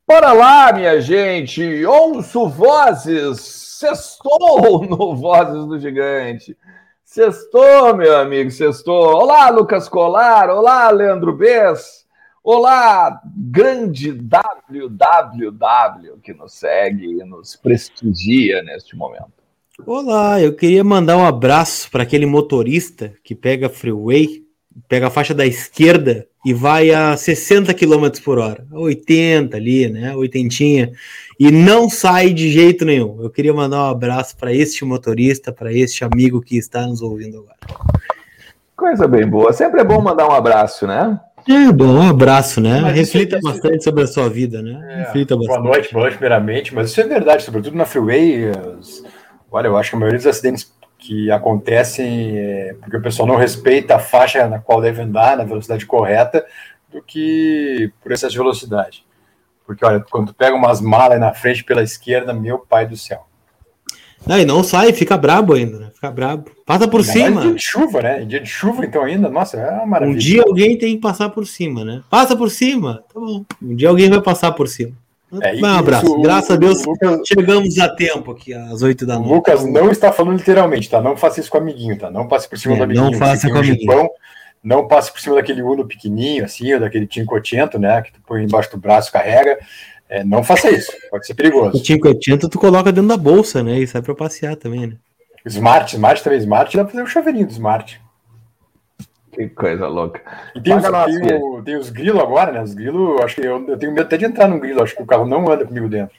Bora lá, minha gente! Ouço vozes! Sextou no Vozes do Gigante! Sextou, meu amigo, sextou! Olá, Lucas Colar! Olá, Leandro Bess! Olá, grande WWW que nos segue e nos prestigia neste momento. Olá, eu queria mandar um abraço para aquele motorista que pega a freeway, pega a faixa da esquerda e vai a 60 km por hora, 80 ali, né, 80, e não sai de jeito nenhum. Eu queria mandar um abraço para este motorista, para este amigo que está nos ouvindo agora. Coisa bem boa. Sempre é bom mandar um abraço, né? É bom, um abraço, né? Mas reflita bastante sobre a sua vida, né? Reflita bastante. Boa noite, primeiramente, mas isso é verdade, sobretudo na freeway. Olha, eu acho que a maioria dos acidentes que acontecem é porque o pessoal não respeita a faixa na qual deve andar, na velocidade correta, do que por excesso de velocidade. Porque, olha, quando tu pega umas malas na frente pela esquerda, meu pai do céu. Não, e não sai, fica brabo ainda, né? Fica brabo. Passa por cima. Em dia de chuva, né? Em dia de chuva, então, ainda, nossa, é uma maravilha. Um dia alguém tem que passar por cima, né? Passa por cima, tá bom. Um dia alguém vai passar por cima. Um abraço. Graças a Deus, Lucas, chegamos a tempo aqui, às 8 da noite. O Lucas não está falando literalmente, tá? Não faça isso com o amiguinho, tá? Não passe por cima do amiguinho. Não faça com o amiguinho. Jipão, não passe por cima daquele Uno pequenininho, assim, ou daquele 500, né? Que tu põe embaixo do braço, carrega. Não faça isso, pode ser perigoso. O 500 tu coloca dentro da bolsa, né? E sai pra passear também, né? Smart também, Smart, dá pra fazer um chaveirinho do Smart. Que coisa louca. E tem os grilos agora, né? Os grilos, acho que eu tenho medo até de entrar num grilo, acho que o carro não anda comigo dentro.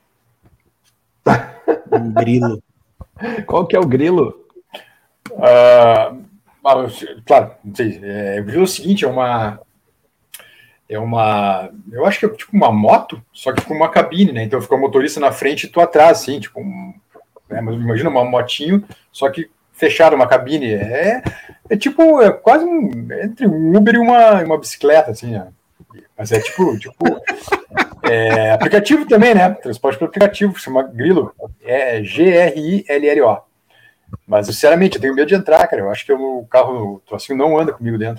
Um grilo. Qual que é o grilo? Claro, não sei. O grilo é o seguinte, eu acho que é tipo uma moto, só que com uma cabine, né? Então fica o motorista na frente e tu atrás, assim, tipo, mas imagina uma motinho, só que fecharam uma cabine. É quase entre um Uber e uma bicicleta, assim, né? Mas é tipo aplicativo também, né? Transporte por aplicativo, chama Grilo, é GRILLO. Mas, sinceramente, eu tenho medo de entrar, cara. Eu acho que o carro assim não anda comigo dentro.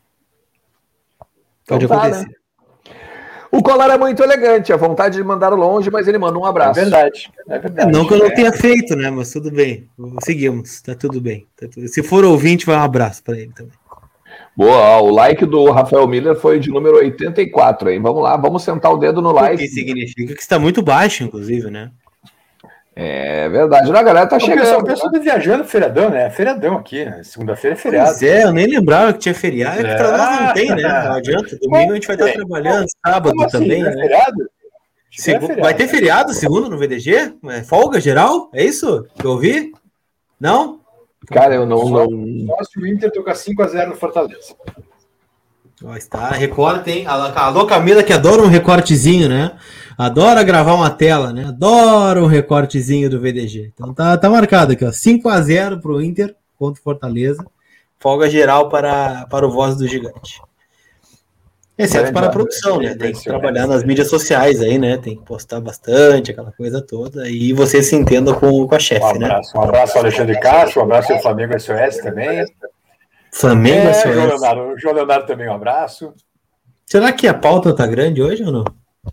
Pode acontecer. Né? O Colar é muito elegante, a vontade de mandar longe, mas ele manda um abraço. É verdade. Não que eu não tenha feito, né? Mas tudo bem. Seguimos, tá tudo bem. Se for ouvinte, vai um abraço para ele também. Boa, o like do Rafael Miller foi de número 84, hein? Vamos lá, vamos sentar o dedo no like. O que significa que está muito baixo, inclusive, né? É verdade, a galera tá chegando. O pessoal tá viajando feriadão, né? Feriadão aqui, né? Segunda-feira é feriado. Pois eu nem lembrava que tinha feriado. É que pra nós não tem, né? Não adianta. Domingo a gente vai estar trabalhando, sábado assim, também, né? Feriado? Vai ter feriado segunda no VDG? Folga geral? É isso que eu ouvi? Não? Cara, eu não. Só se o Inter tocar 5-0 no Fortaleza. Está, recorte, hein? Alô, Camila, que adora um recortezinho, né? Adora gravar uma tela, né? Adora um recortezinho do VDG. Então tá marcado aqui, ó. 5-0 pro Inter contra o Fortaleza. Folga geral para o Voz do Gigante. Exceto para a produção, né? Tem que trabalhar nas mídias sociais aí, né? Tem que postar bastante, aquela coisa toda. E você se entenda com a chefe, né? Um abraço ao Alexandre Castro, um abraço ao Flamengo SOS também. Flamengo SOS. O João Leonardo também, um abraço. Será que a pauta tá grande hoje ou não?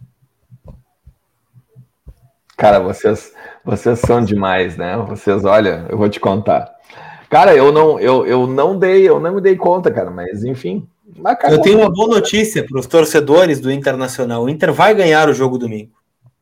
Cara, vocês são demais, né? Vocês, olha, eu vou te contar. Cara, eu não me dei conta, cara, mas enfim. Eu tenho uma boa notícia para os torcedores do Internacional. O Inter vai ganhar o jogo domingo.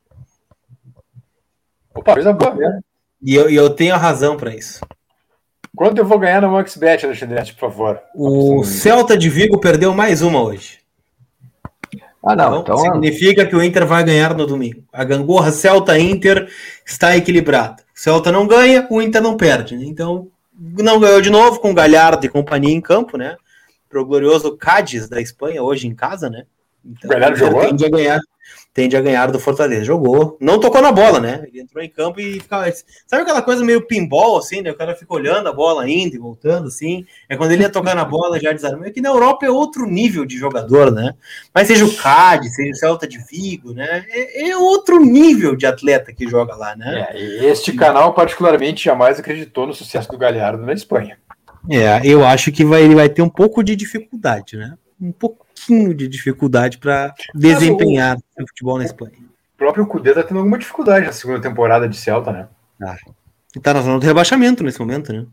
Opa, coisa boa, né? E eu tenho a razão para isso. Quanto eu vou ganhar no MaxBet, Alexandre, por favor? O Celta de Vigo perdeu mais uma hoje. Então significa que o Inter vai ganhar no domingo. A gangorra Celta-Inter está equilibrada. O Celta não ganha, o Inter não perde. Né? Então, não ganhou de novo com Galhardo e companhia em campo, né? Pro glorioso Cádiz da Espanha, hoje em casa, né? Então, o jogou? Tende a ganhar do Fortaleza. Jogou. Não tocou na bola, né? Ele entrou em campo e ficava... Sabe aquela coisa meio pinball, assim, né? O cara fica olhando a bola indo e voltando, assim. É quando ele ia tocar na bola, já desarmou. É que na Europa é outro nível de jogador, né? Mas seja o Cádiz, seja o Celta de Vigo, né? É outro nível de atleta que joga lá, né? E este canal, particularmente, jamais acreditou no sucesso do Galhardo na Espanha. Eu acho que ele vai ter um pouco de dificuldade, né? Um pouquinho pouquinho de dificuldade para desempenhar o futebol na Espanha. O próprio Kudê tá tendo alguma dificuldade na segunda temporada de Celta, né? E tá na zona do rebaixamento nesse momento, né?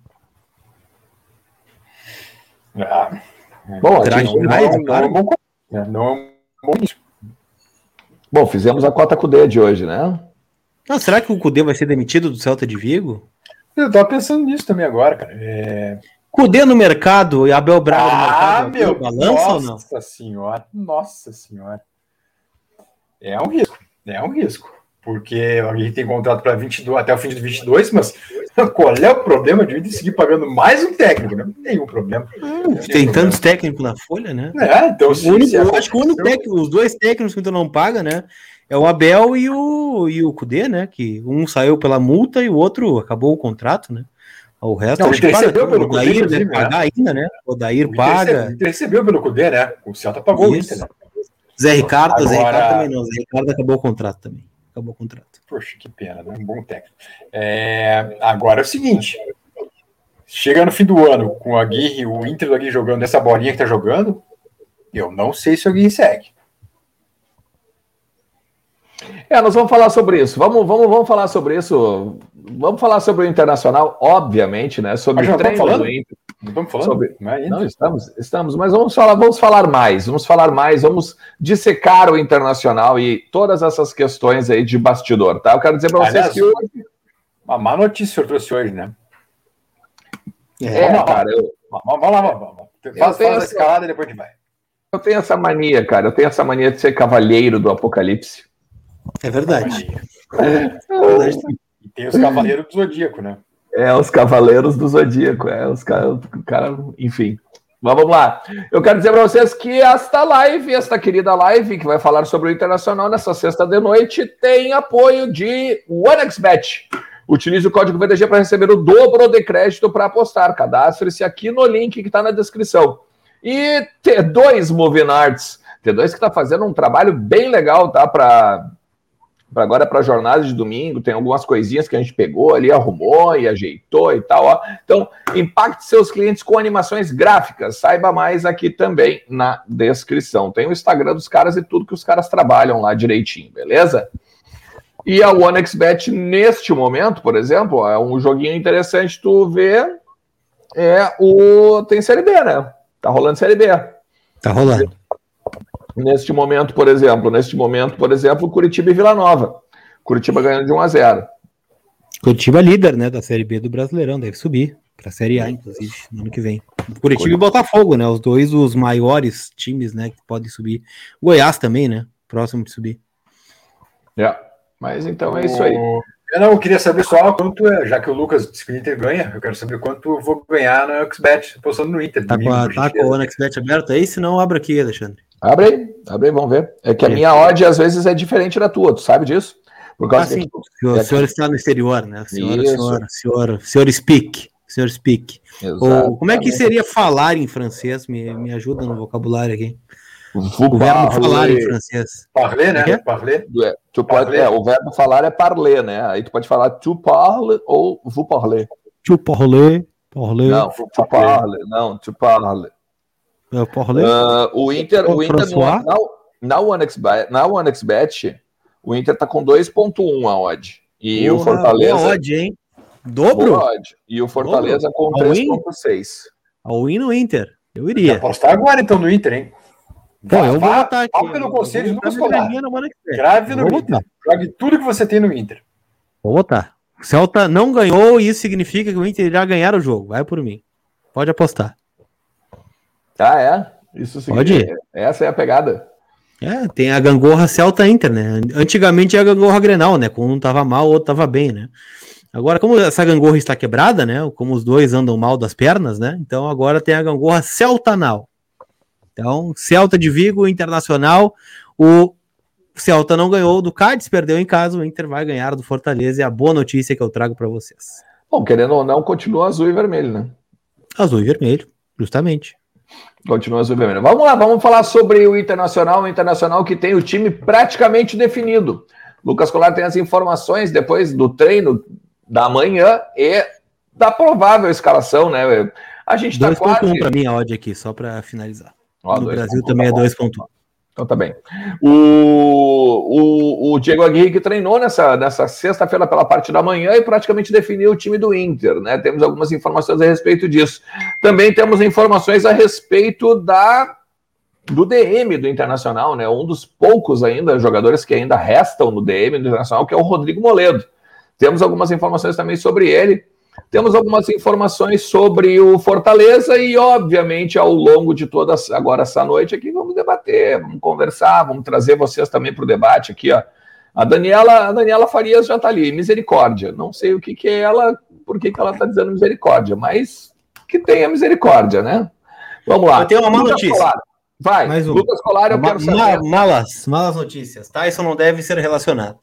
Bom, Bom, fizemos a cota Kudê de hoje, né? Não, será que o Kudê vai ser demitido do Celta de Vigo? Eu tava pensando nisso também agora, cara. Kudê no mercado e Abel Braga no mercado. Meu, balança ou não? Nossa senhora. É um risco. Porque o Aguirre tem contrato para 22 até o fim de 22, mas qual é o problema de seguir pagando mais um técnico? Não tem nenhum problema. Tem tantos técnicos na folha, né? Então, eu acho que o único técnico, os dois técnicos que tu não paga, né? É o Abel e o Kudê, né? Que um saiu pela multa e o outro acabou o contrato, né? O resto não, acho que recebeu pelo Kudê, Dair deve pagar ainda, né? O Dair paga. Recebeu pelo Kudê, né? O Celta pagou o Inter, né? Zé Ricardo também não. Zé Ricardo acabou o contrato também. Acabou o contrato. Poxa, que pena, né? Um bom técnico. Agora é o seguinte: chega no fim do ano com o Aguirre, o Inter do Aguirre jogando essa bolinha que tá jogando, eu não sei se o Aguirre segue. Nós vamos falar sobre isso. Vamos falar sobre isso. Vamos falar sobre o Internacional, obviamente, né? Sobre o treino do Inter. Não estamos falando? Não, estamos, mas vamos falar mais. Vamos dissecar o Internacional e todas essas questões aí de bastidor, tá? Eu quero dizer para vocês que hoje... Uma má notícia eu trouxe hoje, né? Vamos lá. Faz a escalada e depois a gente vai. Eu tenho essa mania, cara. Eu tenho essa mania de ser cavalheiro do Apocalipse. É verdade. E tem os Cavaleiros do Zodíaco, né? Os Cavaleiros do Zodíaco. Enfim. Mas vamos lá. Eu quero dizer para vocês que esta querida live, que vai falar sobre o Internacional nessa sexta de noite, tem apoio de OneXBet. Utilize o código VDG para receber o dobro de crédito para apostar. Cadastre-se aqui no link que está na descrição. E T2 Moving Arts. T2 que está fazendo um trabalho bem legal, tá? Agora para a jornada de domingo, tem algumas coisinhas que a gente pegou ali, arrumou e ajeitou e tal, ó. Então, impacte seus clientes com animações gráficas. Saiba mais aqui também na descrição. Tem o Instagram dos caras e tudo que os caras trabalham lá direitinho, beleza? E a OneXBet, neste momento, por exemplo, é um joguinho interessante tu ver, tem Série B, né? Tá rolando Série B. Tá rolando. Neste momento, por exemplo, Curitiba e Vila Nova. Curitiba ganhando de 1-0. Curitiba líder, né, da Série B do Brasileirão, deve subir para a Série A, inclusive, no ano que vem. Curitiba e Botafogo, né, os maiores times, né, que podem subir. Goiás também, né, próximo de subir. Mas então é isso aí. Eu queria saber só quanto já que o Lucas disse que o Inter ganha, eu quero saber quanto eu vou ganhar na XBet, apostando no Inter. Tá com a OneXBet aberta aí? Se não, abre aqui, Alexandre. Abre aí, vamos ver. É que a minha odd às vezes é diferente da tua, tu sabe disso? Por causa sim. O senhor está no exterior, né? Senhor speak. Como é que seria falar em francês? Me ajuda no vocabulário aqui. O verbo falar em francês. Parler, né? Parler. O verbo falar é parler, né? Aí tu pode falar tu parles ou vous parlez. Tu parler. Não, tu parles. Não, tu parles. O Inter na OneXBet, o Inter tá com 2.1 a odd. E o Fortaleza... Boa odd, hein? Dobro? Odd. E o Fortaleza com 3.6. All-in no Inter. Eu iria. Apostar agora então no Inter, hein? Eu vou botar aqui. Pelo conselho do Lucas Colar. Grave no Inter. Jogue tudo que você tem no Inter. Vou botar. O Celta não ganhou e isso significa que o Inter irá ganhar o jogo. Vai por mim. Pode apostar. Isso significa. Pode. Essa é a pegada. Tem a gangorra Celta-Inter, né? Antigamente era a gangorra Grenal, né? Quando um tava mal, o outro tava bem, né? Agora, como essa gangorra está quebrada, né? Como os dois andam mal das pernas, né? Então agora tem a gangorra Celtanal. Então, Celta de Vigo, Internacional, o Celta não ganhou do Cádiz, perdeu em casa, o Inter vai ganhar do Fortaleza, é a boa notícia que eu trago para vocês. Bom, querendo ou não, continua azul e vermelho, né? Azul e vermelho, justamente. Continua azul e vermelho. Vamos lá, vamos falar sobre o Internacional que tem o time praticamente definido. Lucas Colar tem as informações depois do treino da manhã e da provável escalação, né? A gente tá quase... 2.1 para mim a odd aqui, só para finalizar. Ó, no Brasil também é 2.1. Então tá bem. O Diego Aguirre que treinou nessa sexta-feira pela parte da manhã e praticamente definiu o time do Inter, né? Temos algumas informações a respeito disso. Também temos informações a respeito do DM do Internacional, né? Um dos poucos ainda jogadores que ainda restam no DM do Internacional, que é o Rodrigo Moledo. Temos algumas informações também sobre ele. Temos algumas informações sobre o Fortaleza e, obviamente, ao longo de toda agora essa noite aqui, vamos debater, vamos conversar, vamos trazer vocês também para o debate aqui, ó. A Daniela Farias já está ali, misericórdia. Não sei o que é ela, por que ela está dizendo misericórdia, mas que tenha misericórdia, né? Vamos lá. Eu tenho uma má notícia. Colar. Vai, Mais um. Lucas Colar, eu quero saber. Malas notícias. Tyson não deve ser relacionado.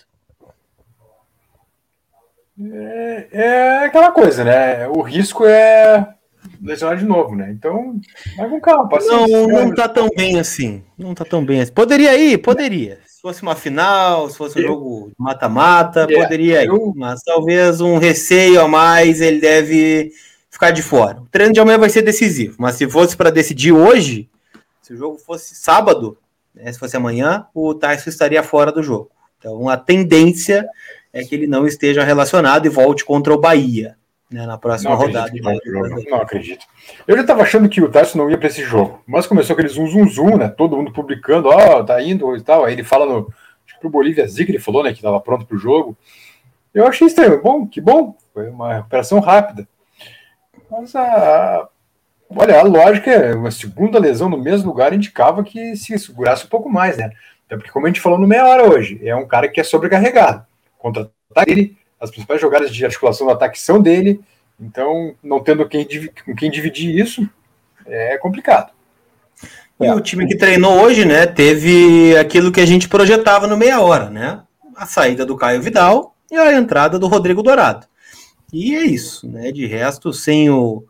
É aquela coisa, né? O risco é lesionar de novo, né? Então, vai com calma, paciência. Não tá tão bem assim. Não tá tão bem assim. Poderia ir? Poderia. Se fosse uma final, se fosse um jogo de mata-mata, poderia ir. Mas talvez um receio a mais, ele deve ficar de fora. O treino de amanhã vai ser decisivo, mas se fosse para decidir hoje, se o jogo fosse sábado, né, se fosse amanhã, o Tyson estaria fora do jogo. Então, a tendência é que ele não esteja relacionado e volte contra o Bahia, né, na próxima rodada. Não acredito. Eu já estava achando que o Tyson não ia para esse jogo, mas começou aquele zoom, né? Todo mundo publicando, tá indo e tal. Aí ele fala acho que pro Bolívia Zica, ele falou, né, que estava pronto para o jogo. Eu achei estranho. Que bom. Foi uma recuperação rápida. Mas olha, a lógica é uma segunda lesão no mesmo lugar indicava que se segurasse um pouco mais, né? Até porque, como a gente falou no meia hora hoje, é um cara que é sobrecarregado. Contra-ataque dele, as principais jogadas de articulação do ataque são dele, então, não tendo com quem dividir isso, é complicado. E o time que treinou hoje, né, teve aquilo que a gente projetava no meia hora, né? A saída do Caio Vidal e a entrada do Rodrigo Dourado. E é isso, né? De resto, sem o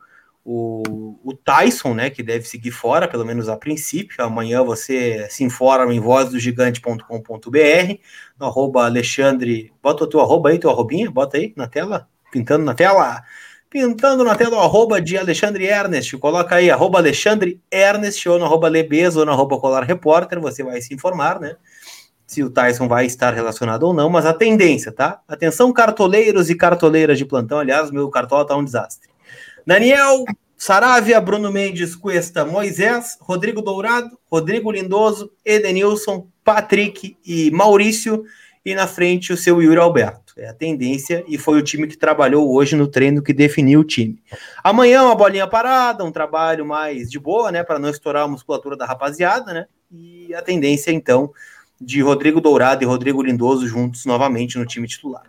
Tyson, né, que deve seguir fora, pelo menos a princípio. Amanhã você se informa em vozdogigante.com.br, no @Alexandre, bota o teu arroba aí, teu arrobinha, bota aí na tela, pintando na tela o arroba de Alexandre Ernest, coloca aí, @Alexandre Ernest, ou no @Lebeza, ou no @Colar Repórter, você vai se informar, né, se o Tyson vai estar relacionado ou não, mas a tendência, tá? Atenção, cartoleiros e cartoleiras de plantão, aliás, meu cartola tá um desastre. Daniel, Saravia, Bruno Mendes, Cuesta, Moisés, Rodrigo Dourado, Rodrigo Lindoso, Edenilson, Patrick e Maurício, e na frente o seu Yuri Alberto. É a tendência e foi o time que trabalhou hoje no treino que definiu o time. Amanhã uma bolinha parada, um trabalho mais de boa, né, para não estourar a musculatura da rapaziada, né, e a tendência então de Rodrigo Dourado e Rodrigo Lindoso juntos novamente no time titular.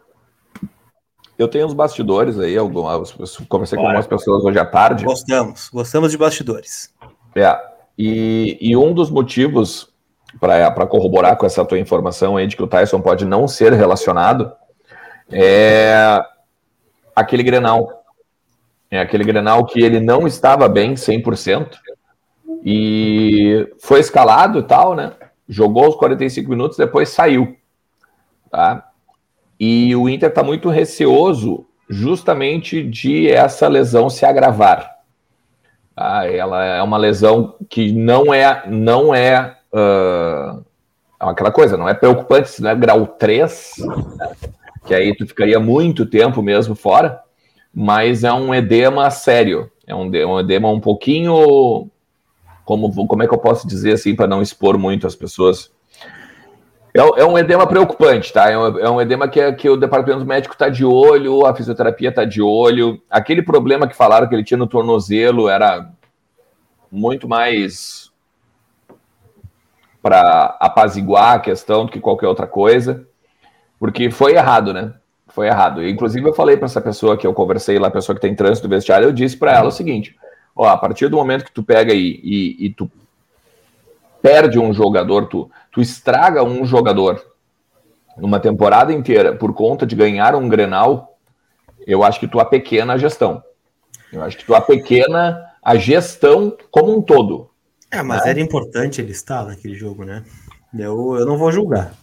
Eu tenho os bastidores aí, conversei com algumas pessoas hoje à tarde. Gostamos de bastidores. E um dos motivos para corroborar com essa tua informação aí de que o Tyson pode não ser relacionado é aquele Grenal. É aquele Grenal que ele não estava bem 100% e foi escalado e tal, né? Jogou os 45 minutos, depois saiu, tá? E o Inter está muito receoso justamente de essa lesão se agravar. Ela é uma lesão que não é aquela coisa, não é preocupante, se não é grau 3, né, que aí tu ficaria muito tempo mesmo fora, mas é um edema sério, é um edema um pouquinho, como é que eu posso dizer assim, para não expor muito as pessoas. É um edema preocupante, tá? É um edema que o departamento médico está de olho, a fisioterapia está de olho. Aquele problema que falaram que ele tinha no tornozelo era muito mais para apaziguar a questão do que qualquer outra coisa, porque foi errado, né? Foi errado. Inclusive eu falei para essa pessoa que eu conversei lá, a pessoa que tem trânsito do vestiário, eu disse para ela o seguinte: a partir do momento que tu pega e tu perde um jogador, tu estraga um jogador numa temporada inteira por conta de ganhar um Grenal, eu acho que tu apequena a gestão. Eu acho que tu apequena a gestão como um todo. Mas era importante ele estar naquele jogo, né? Eu não vou julgar.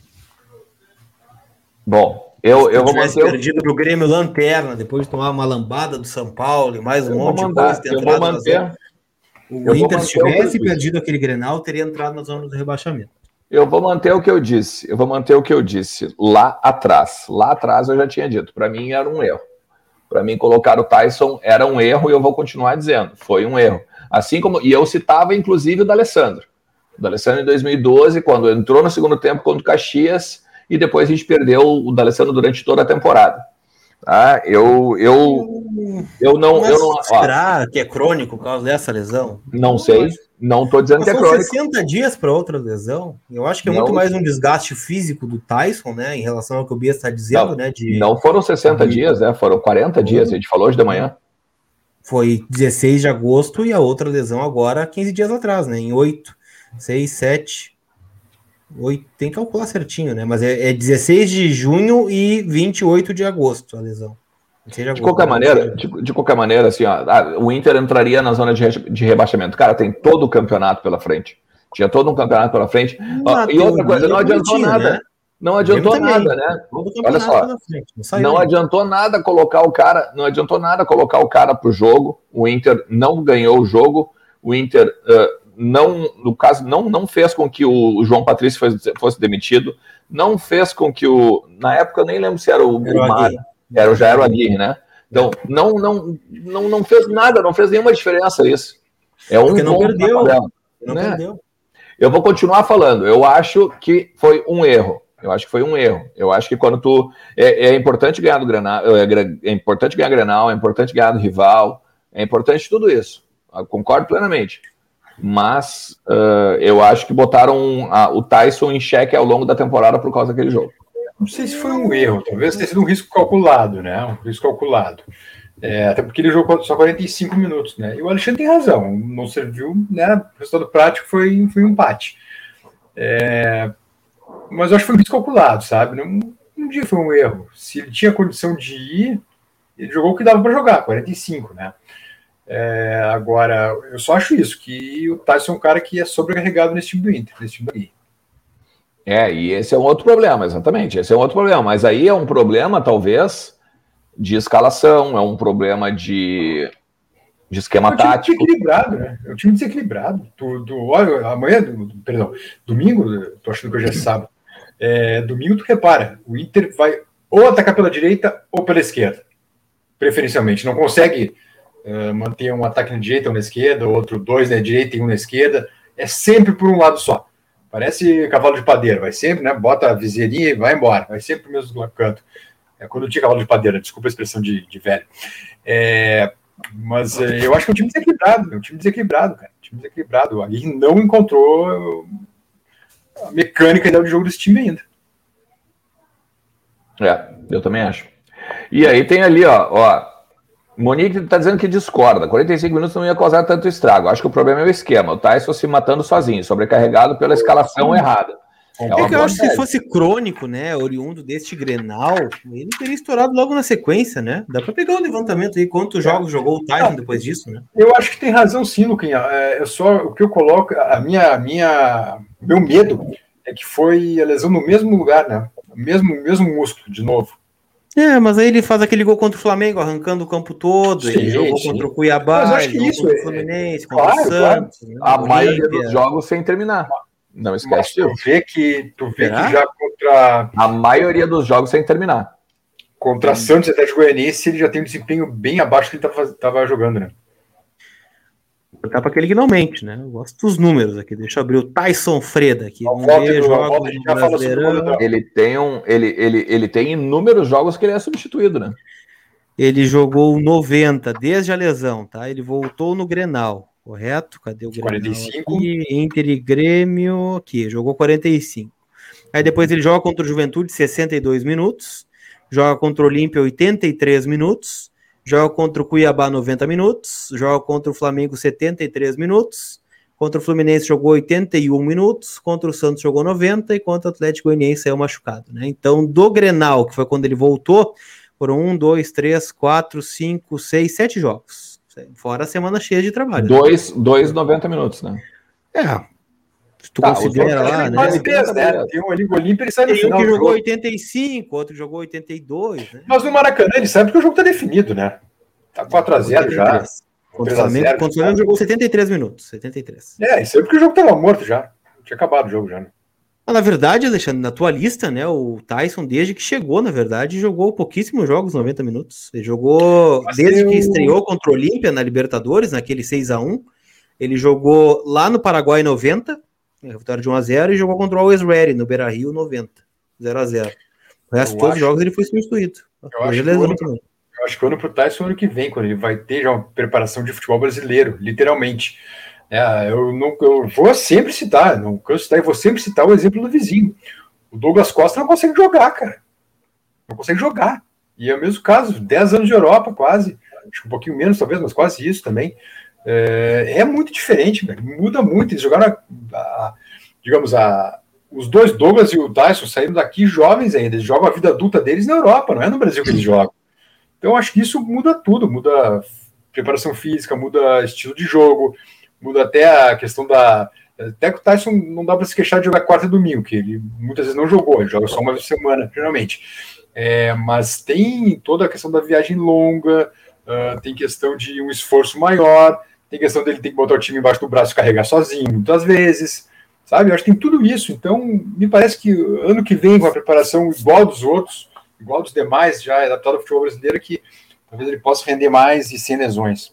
Bom, eu vou manter... perdido pro Grêmio lanterna, depois de tomar uma lambada do São Paulo e mais um monte de coisa. O Inter, se tivesse perdido aquele Grenal, teria entrado na zona do rebaixamento. Eu vou manter o que eu disse. Lá atrás eu já tinha dito. Para mim era um erro. Para mim colocar o Tyson era um erro e eu vou continuar dizendo. Foi um erro. Assim como... E eu citava, inclusive, o D'Alessandro. O D'Alessandro em 2012, quando entrou no segundo tempo contra o Caxias, e depois a gente perdeu o D'Alessandro durante toda a temporada. Tá? Eu não... Será que é crônico por causa dessa lesão? Não sei. Não estou dizendo que é crônico. 60 dias para outra lesão. Eu acho que é muito mais um desgaste físico do Tyson, né? Em relação ao que o Bia está dizendo, né? Não foram 60 dias, né? Foram 40 dias. A gente falou hoje de manhã. Foi 16 de agosto e a outra lesão agora 15 dias atrás, né? Em 8, 6, 7, 8. Tem que calcular certinho, né? Mas é 16 de junho e 28 de agosto a lesão. De qualquer maneira, assim, o Inter entraria na zona de rebaixamento. Cara, tem todo o campeonato pela frente. Tinha todo um campeonato pela frente. E outra coisa, não adiantou nada. Né? Não adiantou nada, né? Olha só, não adiantou nada colocar o cara, pro jogo. O Inter não ganhou o jogo. O Inter no caso, não fez com que o João Patrício fosse demitido. Não fez com que na época eu nem lembro se era o Gumar. Já era o Aguirre, né? Então, não fez nada, não fez nenhuma diferença isso. Porque não perdeu. Perdeu. Eu vou continuar falando. Eu acho que foi um erro. Eu acho que quando tu... É importante ganhar do Grenal, é importante ganhar Grenal, é importante ganhar do rival, é importante tudo isso. Eu concordo plenamente. Mas eu acho que botaram o Tyson em xeque ao longo da temporada por causa daquele jogo. Não sei se foi um erro, talvez tenha sido um risco calculado, né? Até porque ele jogou só 45 minutos, né? E o Alexandre tem razão, não serviu, né? O resultado prático foi um empate. Mas eu acho que foi um risco calculado, sabe? Um dia foi um erro. Se ele tinha condição de ir, ele jogou o que dava para jogar, 45, né? Agora, eu só acho isso, que o Tyson é um cara que é sobrecarregado nesse time do Inter, nesse time aqui. E esse é um outro problema, exatamente. Esse é um outro problema. Mas aí é um problema, talvez, de escalação, é um problema de esquema tático. Desequilibrado, né? É um time desequilibrado. Olha, amanhã, domingo, tô achando que hoje é sábado. Domingo, tu repara, o Inter vai ou atacar pela direita ou pela esquerda, preferencialmente. Não consegue manter um ataque na direita ou na esquerda, outro dois na direita e um na esquerda. É sempre por um lado só. Parece cavalo de padeiro, vai sempre, né? Bota a viseirinha e vai embora, vai sempre pro mesmo canto. Quando eu tinha cavalo de padeiro, desculpa a expressão de velho. Mas eu acho que é um time desequilibrado, cara. Um time desequilibrado. Aí não encontrou a mecânica ideal de jogo desse time ainda. Eu também acho. E aí tem ali, ó Monique está dizendo que discorda. 45 minutos não ia causar tanto estrago. Acho que o problema é o esquema. O Tyson se matando sozinho, sobrecarregado pela escalação errada. Eu acho que se fosse crônico, né, oriundo deste Grenal, ele teria estourado logo na sequência, né? Dá para pegar o levantamento aí, quantos jogos jogou o Tyson depois disso, né? Eu acho que tem razão sim, Luquinha. O que eu coloco, meu medo é que foi a lesão no mesmo lugar, né? Mesmo músculo, de novo. Mas aí ele faz aquele gol contra o Flamengo, arrancando o campo todo, ele jogou contra o Cuiabá, ele jogou contra o Fluminense, contra o Santos. Né? A maioria dos jogos sem terminar. Não esquece disso. Tu vê que já contra... A maioria dos jogos sem terminar. Contra Santos e Atlético Goianiense, ele já tem um desempenho bem abaixo do que ele estava jogando, né? Vou para aquele que não mente, né? Eu gosto dos números aqui. Deixa eu abrir o Tyson Freda aqui. Vamos ver jogos do Brasileirão. Ele tem inúmeros jogos que ele é substituído, né? Ele jogou 90 desde a lesão, tá? Ele voltou no Grenal, correto? Cadê o Grenal? 45. Aqui, Inter e Grêmio, aqui, jogou 45. Aí depois ele joga contra o Juventude 62 minutos, joga contra o Olímpia 83 minutos, joga contra o Cuiabá 90 minutos, joga contra o Flamengo 73 minutos, contra o Fluminense jogou 81 minutos, contra o Santos jogou 90 e contra o Atlético Goianiense saiu machucado, né? Então, do Grenal, que foi quando ele voltou, foram 1, 2, 3, 4, 5, 6, 7 jogos. Fora a semana cheia de trabalho. Dois 90 minutos, né? Se tu considera lá, né? Tem um ali, o Olímpia, ele sai no final. Tem um que jogou 85, outro jogou 82, né? Mas no Maracanã, ele sabe que o jogo tá definido, né? Tá 4-0 já. Contra o Flamengo jogou 73 minutos. 73. Isso aí porque o jogo tava morto já. Tinha acabado o jogo já, né? Na verdade, Alexandre, na tua lista, né, o Tyson, desde que chegou, na verdade, jogou pouquíssimos jogos, 90 minutos. Ele jogou, desde que estreou contra o Olímpia na Libertadores, naquele 6-1, ele jogou lá no Paraguai 90, vitória de 1-0, e jogou contra o Always Ready no Beira-Rio 90, 0-0. O resto de todos os jogos ele foi substituído. Eu acho que o ano pro Tyson é o ano que vem, quando ele vai ter já uma preparação de futebol brasileiro, literalmente. Eu vou sempre citar, não canso de citar, e vou sempre citar o exemplo do vizinho. O Douglas Costa não consegue jogar, cara. Não consegue jogar. E é o mesmo caso, 10 anos de Europa, quase. Acho que um pouquinho menos, talvez, mas quase isso também. É muito diferente, velho. Muda muito. Eles jogaram, os dois, Douglas e o Tyson, saíram daqui jovens ainda. Eles jogam a vida adulta deles na Europa, não é no Brasil que eles jogam. Então, acho que isso muda tudo. Muda preparação física, muda estilo de jogo, muda até a questão até que o Tyson não dá para se queixar de jogar quarta e domingo, que ele muitas vezes não jogou, ele joga só uma vez por semana, geralmente. Mas tem toda a questão da viagem longa, tem questão de um esforço maior, tem questão dele ter que botar o time embaixo do braço e carregar sozinho, muitas vezes, sabe? Eu acho que tem tudo isso. Então, me parece que ano que vem, com a preparação igual dos outros, igual dos demais, já adaptado ao futebol brasileiro, que talvez ele possa render mais e sem lesões.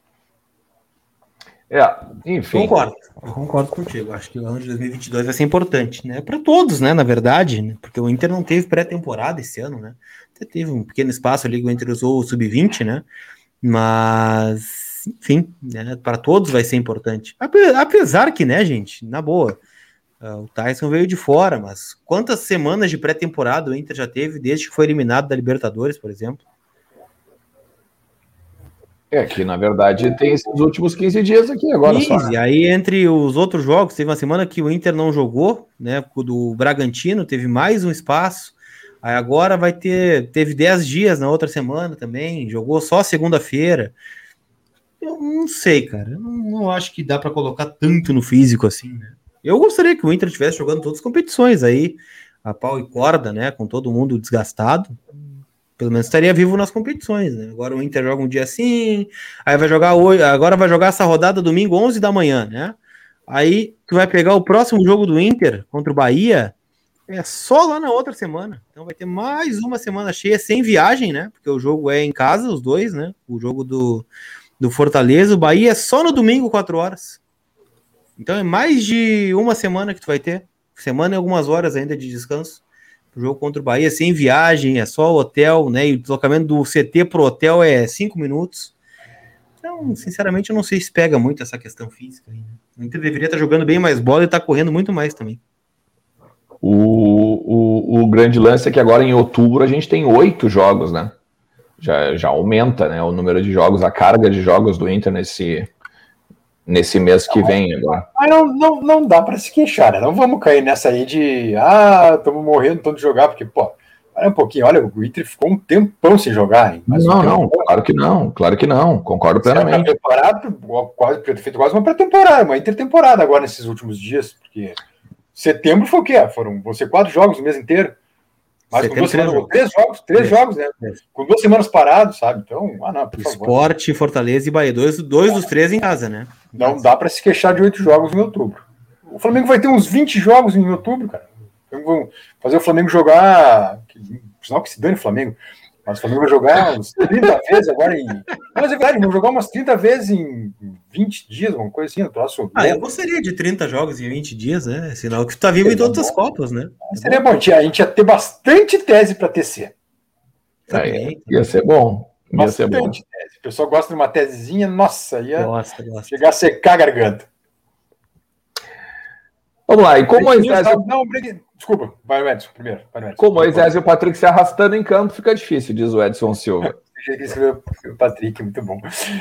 Enfim. Eu concordo contigo. Acho que o ano de 2022 vai ser importante, né? Para todos, né? Na verdade, né? Porque o Inter não teve pré-temporada esse ano, né? Até teve um pequeno espaço ali que o Inter usou o sub-20, né? Mas, enfim, né? Para todos vai ser importante. Apesar que, né, gente, na boa, o Tyson veio de fora, mas quantas semanas de pré-temporada o Inter já teve desde que foi eliminado da Libertadores, por exemplo? Que na verdade tem esses últimos 15 dias aqui agora. 15, só, né? Aí entre os outros jogos, teve uma semana que o Inter não jogou, né? O do Bragantino teve mais um espaço. Aí agora teve 10 dias na outra semana também, jogou só segunda-feira. Eu não sei, cara. Eu não acho que dá para colocar tanto no físico assim, né? Eu gostaria que o Inter estivesse jogando todas as competições aí, a pau e corda, né? Com todo mundo desgastado. Pelo menos estaria vivo nas competições, né? Agora o Inter joga um dia assim, aí vai jogar hoje, agora vai jogar essa rodada domingo 11 da manhã, né? Aí tu vai pegar o próximo jogo do Inter contra o Bahia, só lá na outra semana. Então vai ter mais uma semana cheia sem viagem, né? Porque o jogo é em casa, os dois, né? O jogo do Fortaleza, o Bahia é só no domingo, 4 horas. Então é mais de uma semana que tu vai ter. Semana e algumas horas ainda de descanso. O jogo contra o Bahia, sem viagem, é só o hotel, né? E o deslocamento do CT pro hotel é 5 minutos. Então, sinceramente, eu não sei se pega muito essa questão física. Né? O Inter deveria estar jogando bem mais bola e estar correndo muito mais também. O grande lance é que agora em outubro a gente tem 8 jogos, né? Já aumenta, né, o número de jogos, a carga de jogos do Inter nesse mês que vem agora. Mas não dá para se queixar, né? Não vamos cair nessa aí de estamos morrendo tanto de jogar, porque, olha um pouquinho, olha, o Inter ficou um tempão sem jogar, hein? Mas claro que não, concordo plenamente. Ter feito quase uma pré-temporada, uma intertemporada agora nesses últimos dias, porque setembro foi o quê? Vão ser 4 jogos o mês inteiro. Mas com 2 semanas, 3 jogos, né? Com 2 semanas parados, sabe? Então, por favor. Sport, Fortaleza e Bahia, dois dos 3 em casa, né? Não dá para se queixar de 8 jogos em outubro. O Flamengo vai ter uns 20 jogos em outubro, cara. Então, vão fazer o Flamengo jogar. Sinal que se dane o Flamengo. Mas o Flamengo vai jogar uns 30 vezes agora Mas é verdade, vão jogar umas 30 vezes em 20 dias, uma coisa assim, no próximo. Eu gostaria de 30 jogos em 20 dias, né? Sinal que tu tá vivo em todas as Copas, né? Seria bom. A gente ia ter bastante tese para tecer. Ia ser bom. Bastante tese. O pessoal gosta de uma tesezinha, nossa, gosta. Chegar a secar a garganta. Vamos lá, e como Desculpa, vai o Edson primeiro. Com o Moisés e o Patrick se arrastando em campo, fica difícil, diz o Edson Silva. O Patrick, muito bom.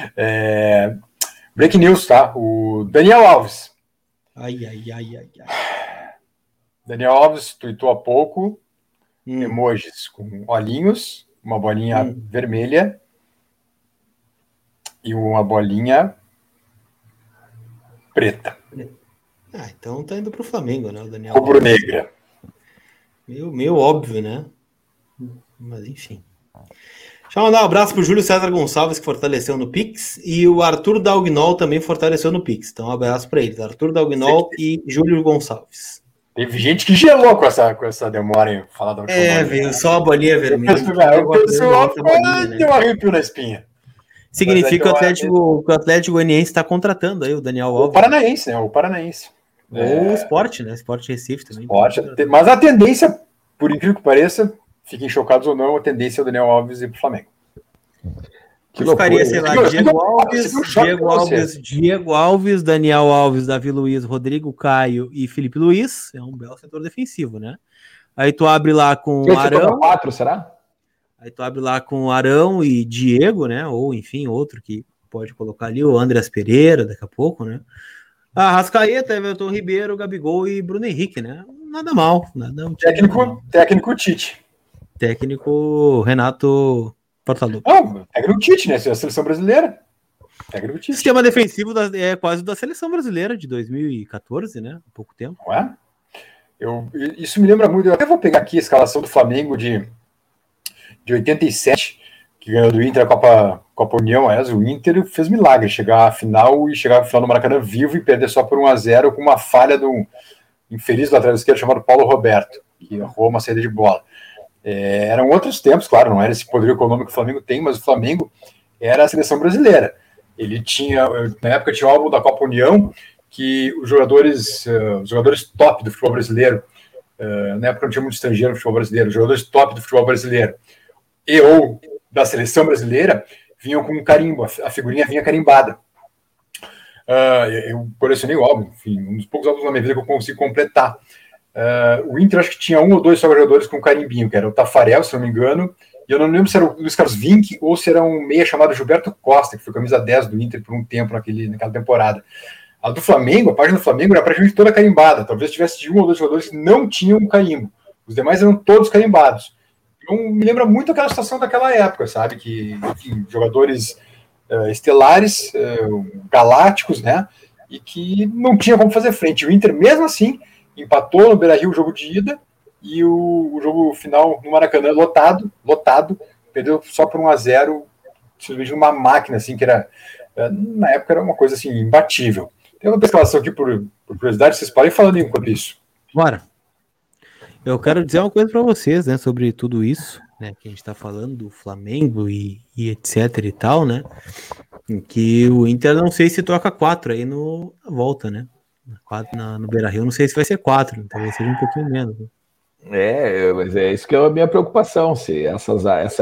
Break news, tá? O Daniel Alves. Ai. Daniel Alves tweetou há pouco emojis com olhinhos, uma bolinha vermelha e uma bolinha preta. Então tá indo pro Flamengo, né, o Daniel? Rubro-negra. Meio óbvio, né? Mas enfim. Deixa eu mandar um abraço pro Júlio César Gonçalves, que fortaleceu no Pix, e o Arthur Dalgnol também fortaleceu no Pix. Então, um abraço para eles. Arthur Dalgnol e Júlio Gonçalves. Teve gente que gelou com essa demora em falar da última bola. Viu? Só a bolinha vermelha. O pessoal deu um arrepio na espinha. Significa que o Atlético Goianiense está contratando aí o Daniel Alves. O Paranaense, né? O Paranaense. Ou o Sport, né? Sport Recife também. Mas a tendência, por incrível que pareça, fiquem chocados ou não, a tendência é o Daniel Alves ir pro Flamengo. Que loucura. Sei lá, Diego Alves, Daniel Alves, Davi Luiz, Rodrigo Caio e Felipe Luiz. É um belo setor defensivo, né? Aí tu abre lá com Arão. 4, será? Aí tu abre lá com Arão e Diego, né? Ou, enfim, outro que pode colocar ali, o Andreas Pereira, daqui a pouco, né? Arrascaeta, Everton Ribeiro, Gabigol e Bruno Henrique, né? Nada mal. Técnico Tite. Técnico Renato Portaluppi. Não, técnico Tite, né? A seleção brasileira. Técnico Tite. O sistema defensivo é quase da seleção brasileira de 2014, né? Há pouco tempo. Não é? Isso me lembra muito. Eu até vou pegar aqui a escalação do Flamengo de 87, que ganhou do Inter a Copa União. O Inter fez milagre chegar à final no Maracanã vivo e perder só por 1-0 com uma falha do infeliz lateral esquerdo chamado Paulo Roberto, que errou uma saída de bola. Eram outros tempos, claro, não era esse poder econômico que o Flamengo tem, mas o Flamengo era a seleção brasileira. Ele tinha, na época, tinha o álbum da Copa União, que os jogadores top do futebol brasileiro, na época não tinha muito estrangeiro no futebol brasileiro, os jogadores top do futebol brasileiro ou da seleção brasileira vinham com um carimbo, a figurinha vinha carimbada. Eu colecionei o álbum, enfim, um dos poucos álbuns na minha vida que eu consigo completar. O Inter acho que tinha 1 ou 2 só jogadores com carimbinho, que era o Tafarel, se não me engano, e eu não lembro se era o Luiz Carlos Vinck ou se era um meia chamado Gilberto Costa, que foi camisa 10 do Inter por um tempo naquela temporada. A do Flamengo, a página do Flamengo era praticamente toda carimbada, talvez tivesse de 1 ou 2 jogadores que não tinham um carimbo, os demais eram todos carimbados. Então me lembra muito aquela situação daquela época, sabe, que, enfim, jogadores estelares, galácticos, né, e que não tinha como fazer frente. O Inter, mesmo assim, empatou no Beira-Rio o jogo de ida e o jogo final no Maracanã lotado, perdeu só por 1-0, simplesmente uma máquina, assim, que era, na época era uma coisa, assim, imbatível. Tem uma escalação aqui por curiosidade, vocês podem falar enquanto isso. Bora. Eu quero dizer uma coisa para vocês, né, sobre tudo isso, né, que a gente está falando do Flamengo e etc e tal, né, em que o Inter não sei se toca 4 aí na volta, né, 4 no Beira-Rio, não sei se vai ser 4, talvez seja um pouquinho menos. Mas é isso que é a minha preocupação, se essa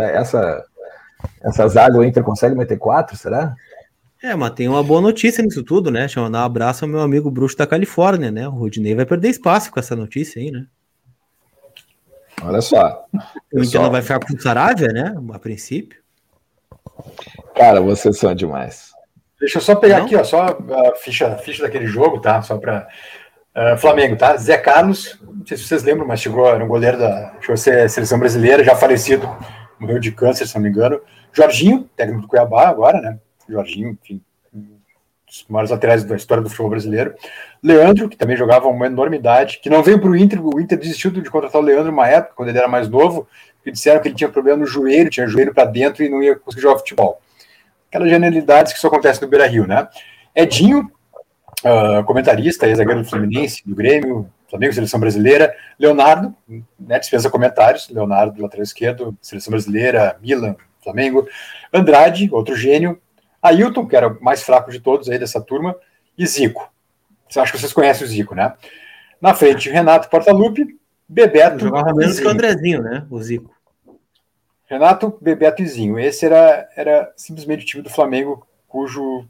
zaga o Inter consegue meter 4, será? Mas tem uma boa notícia nisso tudo, né, deixa eu mandar um abraço ao meu amigo bruxo da Califórnia, né, o Rodinei vai perder espaço com essa notícia aí, né. Olha só. O Inter não vai ficar com o Saravia, né? A princípio. Cara, vocês são demais. Deixa eu só pegar aqui, ó, só a ficha daquele jogo, tá? Só para Flamengo, tá? Zé Carlos, não sei se vocês lembram, mas era um goleiro chegou a ser seleção brasileira, já falecido, morreu de câncer, se não me engano. Jorginho, técnico do Cuiabá agora, né? Jorginho, enfim, um dos maiores laterais da história do futebol brasileiro. Leandro, que também jogava uma enormidade, que não veio para o Inter desistiu de contratar o Leandro uma época, quando ele era mais novo, que disseram que ele tinha problema no joelho, tinha joelho para dentro e não ia conseguir jogar futebol. Aquelas genialidades que só acontecem no Beira-Rio, né? Edinho, comentarista, ex-zagueiro do Fluminense, do Grêmio, Flamengo, seleção brasileira. Leonardo, né, dispensa comentários, Leonardo, lateral esquerdo, seleção brasileira, Milan, Flamengo. Andrade, outro gênio. Ailton, que era o mais fraco de todos aí dessa turma, e Zico. Acho que vocês conhecem o Zico, né? Na frente, Renato Portaluppi, Bebeto. Jogava menos que o Andrezinho, né? O Zico. Renato, Bebeto e Zinho. Esse era simplesmente o time do Flamengo, cujo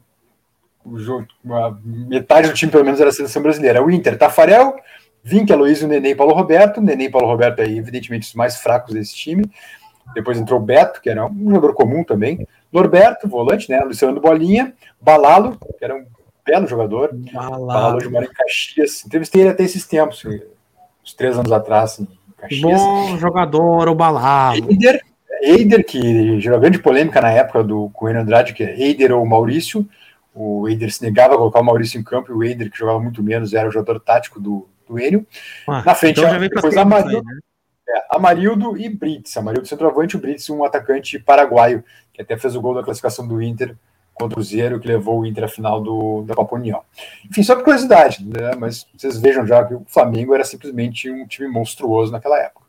metade do time, pelo menos, era a seleção brasileira. O Inter, Tafarel, Vinck, Aloysio, Nenê e Paulo Roberto. Nenê e Paulo Roberto, aí, evidentemente, os mais fracos desse time. Depois entrou o Beto, que era um jogador comum também. Norberto, volante, né? Luciano Bolinha. Balalo, que era um belo jogador. Balalo de mora em Caxias. Entrevistei ele até esses tempos, uns 3 anos atrás, em Caxias. Bom jogador, o Balalo. Eider, que gerou grande polêmica na época com o Enio Andrade, que é Eider ou Maurício. O Eider se negava a colocar o Maurício em campo, e o Eider, que jogava muito menos, era o jogador tático do Enio. Na frente, então já vem depois Amarildo. né? Amarildo e Brits. Amarildo centroavante, o Brits um atacante paraguaio, que até fez o gol da classificação do Inter contra o Cruzeiro, que levou o Inter à final da Copa União. Enfim, só por curiosidade, né? Mas vocês vejam já que o Flamengo era simplesmente um time monstruoso naquela época.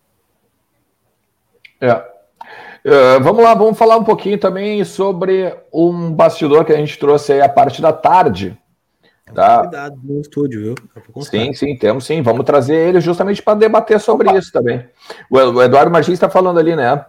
Vamos lá, vamos falar um pouquinho também sobre um bastidor que a gente trouxe aí a parte da tarde. Tá? Cuidado no estúdio, viu? Sim, temos sim. Vamos trazer ele justamente para debater sobre isso também. O Eduardo Martins está falando ali, né?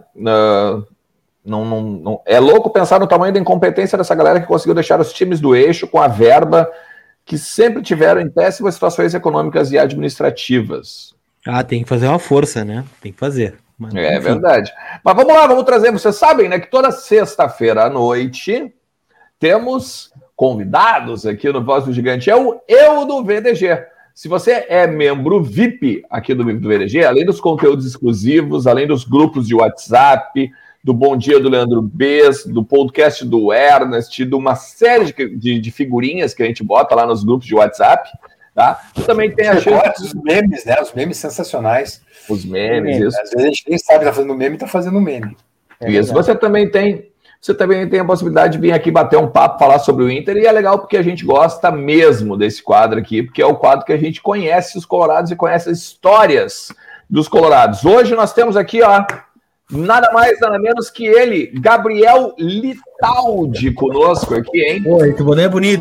Não, é louco pensar no tamanho da incompetência dessa galera que conseguiu deixar os times do eixo com a verba que sempre tiveram em péssimas situações econômicas e administrativas. Tem que fazer uma força, né? Tem que fazer. Mas, verdade. Mas vamos lá, vamos trazer. Vocês sabem, né, que toda sexta-feira à noite temos convidados aqui no Voz do Gigante. É o Eu do VDG. Se você é membro VIP aqui do VDG, além dos conteúdos exclusivos, além dos grupos de WhatsApp, do Bom Dia do Leandro Bess, do podcast do Ernest, de uma série de figurinhas que a gente bota lá nos grupos de WhatsApp, tá? Também tem a chance... Os memes, né? Os memes sensacionais. Os memes, isso. Às vezes a gente nem sabe que tá fazendo meme e tá fazendo meme. Isso. Você também tem a possibilidade de vir aqui bater um papo, falar sobre o Inter, e é legal porque a gente gosta mesmo desse quadro aqui, porque é o quadro que a gente conhece os colorados e conhece as histórias dos colorados. Hoje nós temos aqui, nada mais, nada menos que ele, Gabriel Litaldi, conosco aqui, hein? Oi, que boné bonito.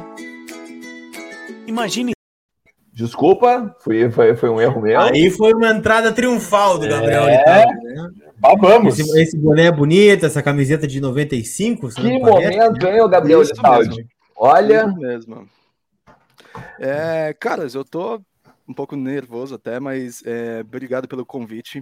Imagine. Desculpa, foi um erro meu. Aí foi uma entrada triunfal do Gabriel Litaldi, né? Vamos. Esse boné é bonito, essa camiseta de 95. Que momento, hein, o Gabriel Litaldi? Olha. Isso mesmo. Caras, eu tô um pouco nervoso até, mas obrigado pelo convite.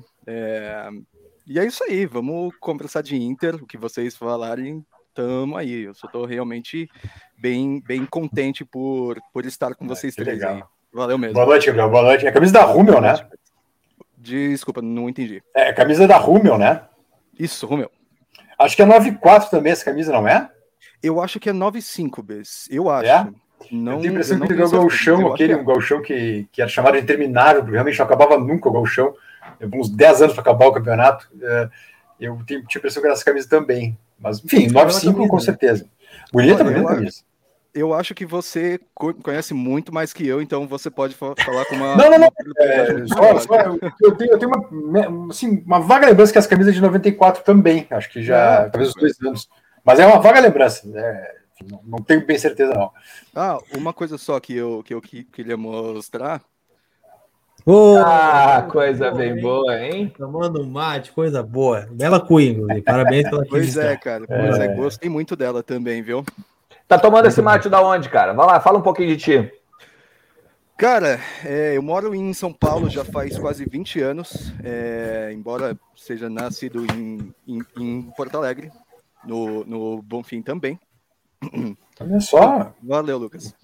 E é isso aí, vamos conversar de Inter, o que vocês falarem, tamo aí. Eu só tô realmente bem contente por estar com vocês três legal. aí. Valeu mesmo. Boa noite, Gabriel. Boa noite. É a camisa da Rummel, né? Desculpa, não entendi. É a camisa da Rummel, né? Isso, Rummel. Acho que é 9,4 também essa camisa, não é? Eu acho que é 9,5, Bess. Eu acho. Não, eu tenho a impressão que ele o gauchão, um gauchão que era chamado de interminável, porque realmente não acabava nunca o gauchão. Levou uns 10 anos para acabar o campeonato. Eu tinha a impressão que era essa camisa também. Mas, enfim, 9,5 com certeza. Bonita camisa. Eu acho que você conhece muito mais que eu, então você pode falar com uma... Não. Eu tenho uma vaga lembrança que as camisas de 94 também. Acho que já, talvez os 2 anos. Mas é uma vaga lembrança, né? Não tenho bem certeza, não. Uma coisa só que eu queria mostrar. Coisa bem boa, hein? Tomando um mate, coisa boa. Bela cuia, inclusive. Parabéns pela Pois cara. Gostei muito dela também, viu? Tá tomando esse mate da onde, cara? Vai lá, fala um pouquinho de ti. Cara, eu moro em São Paulo já faz quase 20 anos, embora seja nascido em Porto Alegre, no Bonfim também. Olha só. Valeu, Lucas.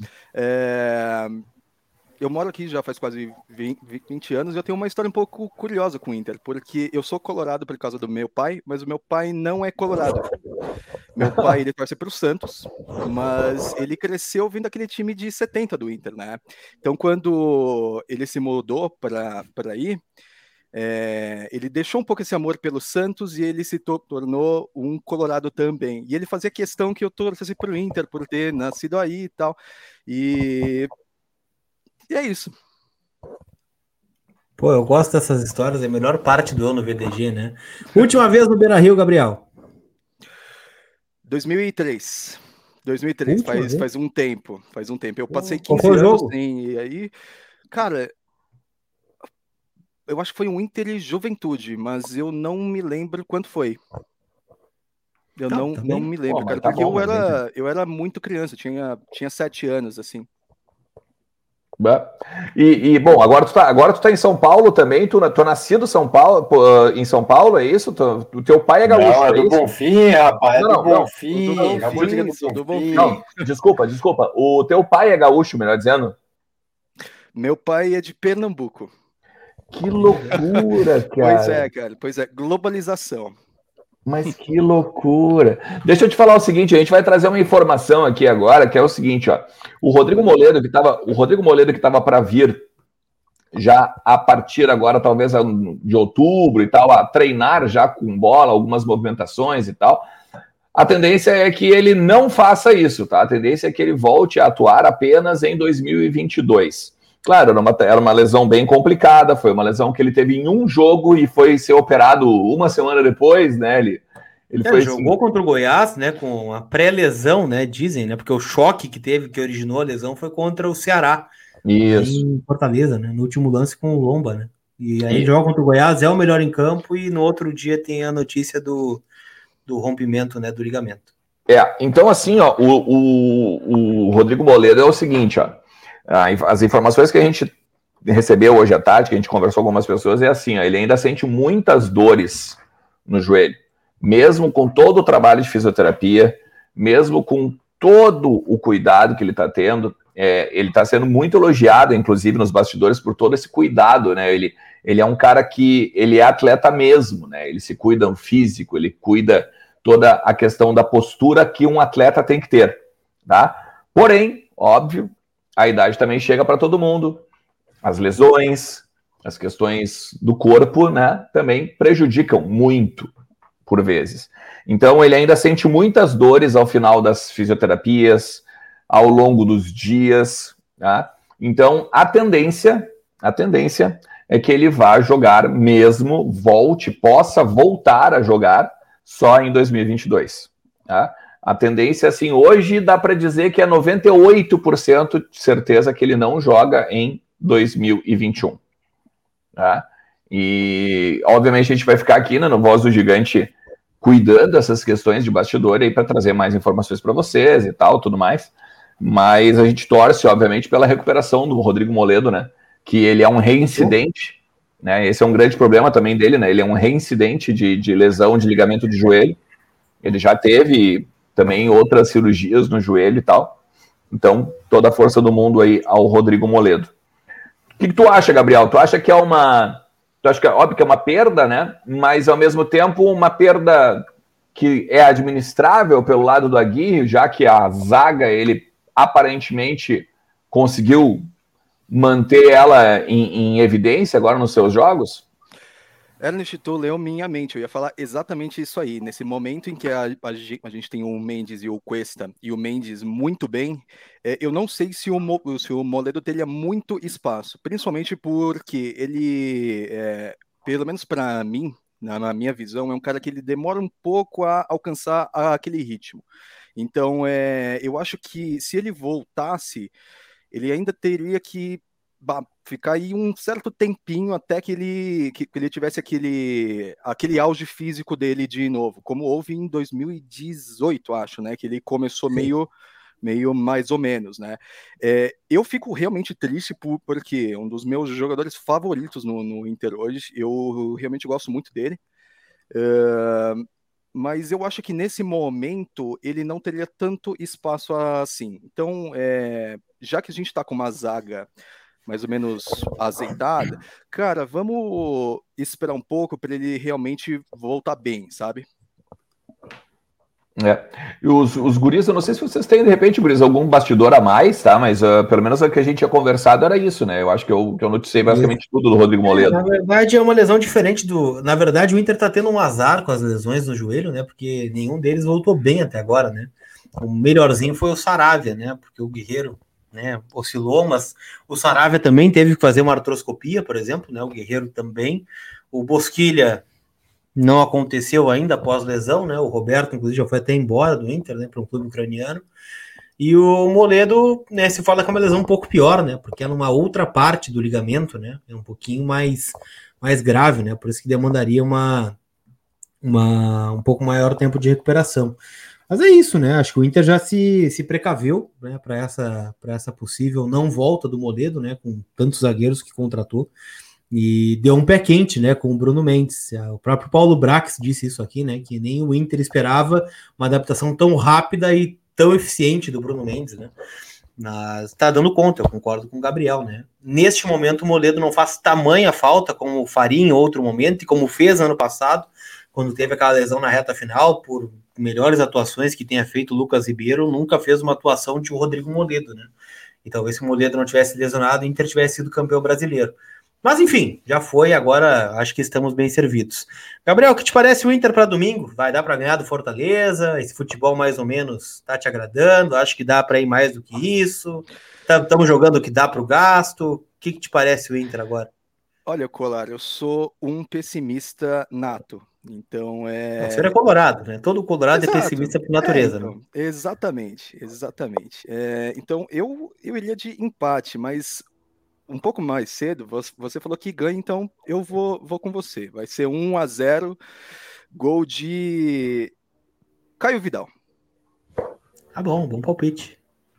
Eu moro aqui já faz quase 20 anos e eu tenho uma história um pouco curiosa com o Inter, porque eu sou colorado por causa do meu pai, mas o meu pai não é colorado. Meu pai, ele torce para o Santos, mas ele cresceu vindo aquele time de 70 do Inter, né? Então, quando ele se mudou para aí, ele deixou um pouco esse amor pelo Santos e ele se tornou um colorado também. E ele fazia questão que eu torcesse para o Inter, por ter nascido aí e tal. E é isso. Pô, eu gosto dessas histórias, é a melhor parte do ano VDG, né? Última vez no Beira-Rio, Gabriel. 2003, faz um tempo. Eu passei 15 Qual foi o anos jogo? E aí, cara, eu acho que foi um Inter e Juventude, mas eu não me lembro quanto foi. Eu não me lembro, cara, porque eu era muito criança, tinha 7 anos, assim. Bom, agora tu tá em São Paulo também, tu nascido em São Paulo, é isso? O teu pai é gaúcho, não, é do Bonfim, rapaz, do Bonfim. Não, desculpa, o teu pai é gaúcho, melhor dizendo? Meu pai é de Pernambuco. Que loucura, cara. Pois é, globalização. Mas que loucura. Deixa eu te falar o seguinte, a gente vai trazer uma informação aqui agora, que é o seguinte, ó. O Rodrigo Moledo que estava para vir já a partir agora, talvez de outubro e tal, a treinar já com bola, algumas movimentações e tal. A tendência é que ele não faça isso, tá? A tendência é que ele volte a atuar apenas em 2022. Claro, era uma lesão bem complicada, foi uma lesão que ele teve em um jogo e foi ser operado uma semana depois, né? Ele jogou contra o Goiás, né, com a pré-lesão, né, dizem, né, porque o choque que teve, que originou a lesão, foi contra o Ceará. Isso. Em Fortaleza, né, no último lance com o Lomba, né. E aí ele joga contra o Goiás, é o melhor em campo, e no outro dia tem a notícia do rompimento, né, do ligamento. Então assim, ó, o Rodrigo Moledo é o seguinte, ó, as informações que a gente recebeu hoje à tarde, que a gente conversou com algumas pessoas, é assim, ó, ele ainda sente muitas dores no joelho, mesmo com todo o trabalho de fisioterapia, mesmo com todo o cuidado que ele está tendo, ele está sendo muito elogiado, inclusive, nos bastidores, por todo esse cuidado, né? Ele é um cara que ele é atleta mesmo, né? Ele se cuida no físico, ele cuida toda a questão da postura que um atleta tem que ter, tá? Porém, óbvio, a idade também chega para todo mundo, as lesões, as questões do corpo, né? Também prejudicam muito, por vezes. Então, ele ainda sente muitas dores ao final das fisioterapias, ao longo dos dias, tá? Então, a tendência é que ele vá jogar mesmo, possa voltar a jogar só em 2022, tá? A tendência, assim, hoje dá para dizer que é 98% de certeza que ele não joga em 2021, tá? E, obviamente, a gente vai ficar aqui, né, no Voz do Gigante, cuidando dessas questões de bastidor aí para trazer mais informações para vocês e tal, tudo mais. Mas a gente torce, obviamente, pela recuperação do Rodrigo Moledo, né? Que ele é um reincidente, né? Esse é um grande problema também dele, né? Ele é um reincidente de lesão de ligamento de joelho. Ele já teve também outras cirurgias no joelho e tal. Então, toda a força do mundo aí ao Rodrigo Moledo. O que tu acha, Gabriel? Tu acha que é uma... Tu acha que é óbvio que é uma perda, né? Mas, ao mesmo tempo, uma perda que é administrável pelo lado do Aguirre, já que a zaga, ele aparentemente conseguiu manter ela em evidência agora nos seus jogos? Ernest, tu leu minha mente, eu ia falar exatamente isso aí. Nesse momento em que a gente tem o Mendes e o Cuesta, e o Mendes muito bem, eu não sei se o Moledo teria muito espaço, principalmente porque ele, pelo menos para mim, na minha visão, é um cara que ele demora um pouco a alcançar aquele ritmo. Então, eu acho que se ele voltasse, ele ainda teria que ficar aí um certo tempinho até que ele tivesse aquele auge físico dele de novo, como houve em 2018, acho, né? Que ele começou meio mais ou menos, né? Eu fico realmente triste porque um dos meus jogadores favoritos no Inter hoje, eu realmente gosto muito dele. Mas eu acho que nesse momento ele não teria tanto espaço assim. Então, já que a gente está com uma zaga mais ou menos azeitada, cara, vamos esperar um pouco para ele realmente voltar bem, sabe? E os guris, eu não sei se vocês têm, de repente, guris, algum bastidor a mais, tá? Mas pelo menos o que a gente tinha conversado era isso, né? Eu acho que eu noticiei basicamente tudo do Rodrigo Moledo. Na verdade, é uma lesão diferente do... Na verdade, o Inter tá tendo um azar com as lesões no joelho, né? Porque nenhum deles voltou bem até agora, né? O melhorzinho foi o Saravia, né? Porque o Guerreiro, né, oscilou, mas o Saravia também teve que fazer uma artroscopia, por exemplo, né? O Guerreiro também. O Bosquilha não aconteceu ainda após lesão, né? O Roberto, inclusive, já foi até embora do Inter, né? Para um clube ucraniano. E o Moledo, né, se fala que é uma lesão um pouco pior, né? Porque é numa outra parte do ligamento, né? É um pouquinho mais grave, né? Por isso que demandaria um pouco maior tempo de recuperação. Mas é isso, né? Acho que o Inter já se precaveu, né, para essa possível não volta do Moledo, né? Com tantos zagueiros que contratou. E deu um pé quente, né, com o Bruno Mendes. O próprio Paulo Brax disse isso aqui, né? Que nem o Inter esperava uma adaptação tão rápida e tão eficiente do Bruno Mendes, né? Mas tá dando conta, eu concordo com o Gabriel, né? Neste momento o Moledo não faz tamanha falta como faria em outro momento e como fez ano passado, quando teve aquela lesão na reta final, por melhores atuações que tenha feito o Lucas Ribeiro, nunca fez uma atuação de Rodrigo Moledo, né? E talvez se o Moledo não tivesse lesionado, o Inter tivesse sido campeão brasileiro. Mas enfim, já foi, agora acho que estamos bem servidos. Gabriel, o que te parece o Inter para domingo? Vai dar para ganhar do Fortaleza? Esse futebol mais ou menos está te agradando? Acho que dá para ir mais do que isso? Estamos jogando o que dá para o gasto? O que te parece o Inter agora? Olha, Colar, eu sou um pessimista nato. Então Você é colorado, né? Todo colorado Exato. é pessimista por natureza, então, né? Exatamente. Então eu iria de empate, mas um pouco mais cedo, você falou que ganha, então eu vou com você. Vai ser 1-0, gol de Caio Vidal. Tá bom, bom palpite.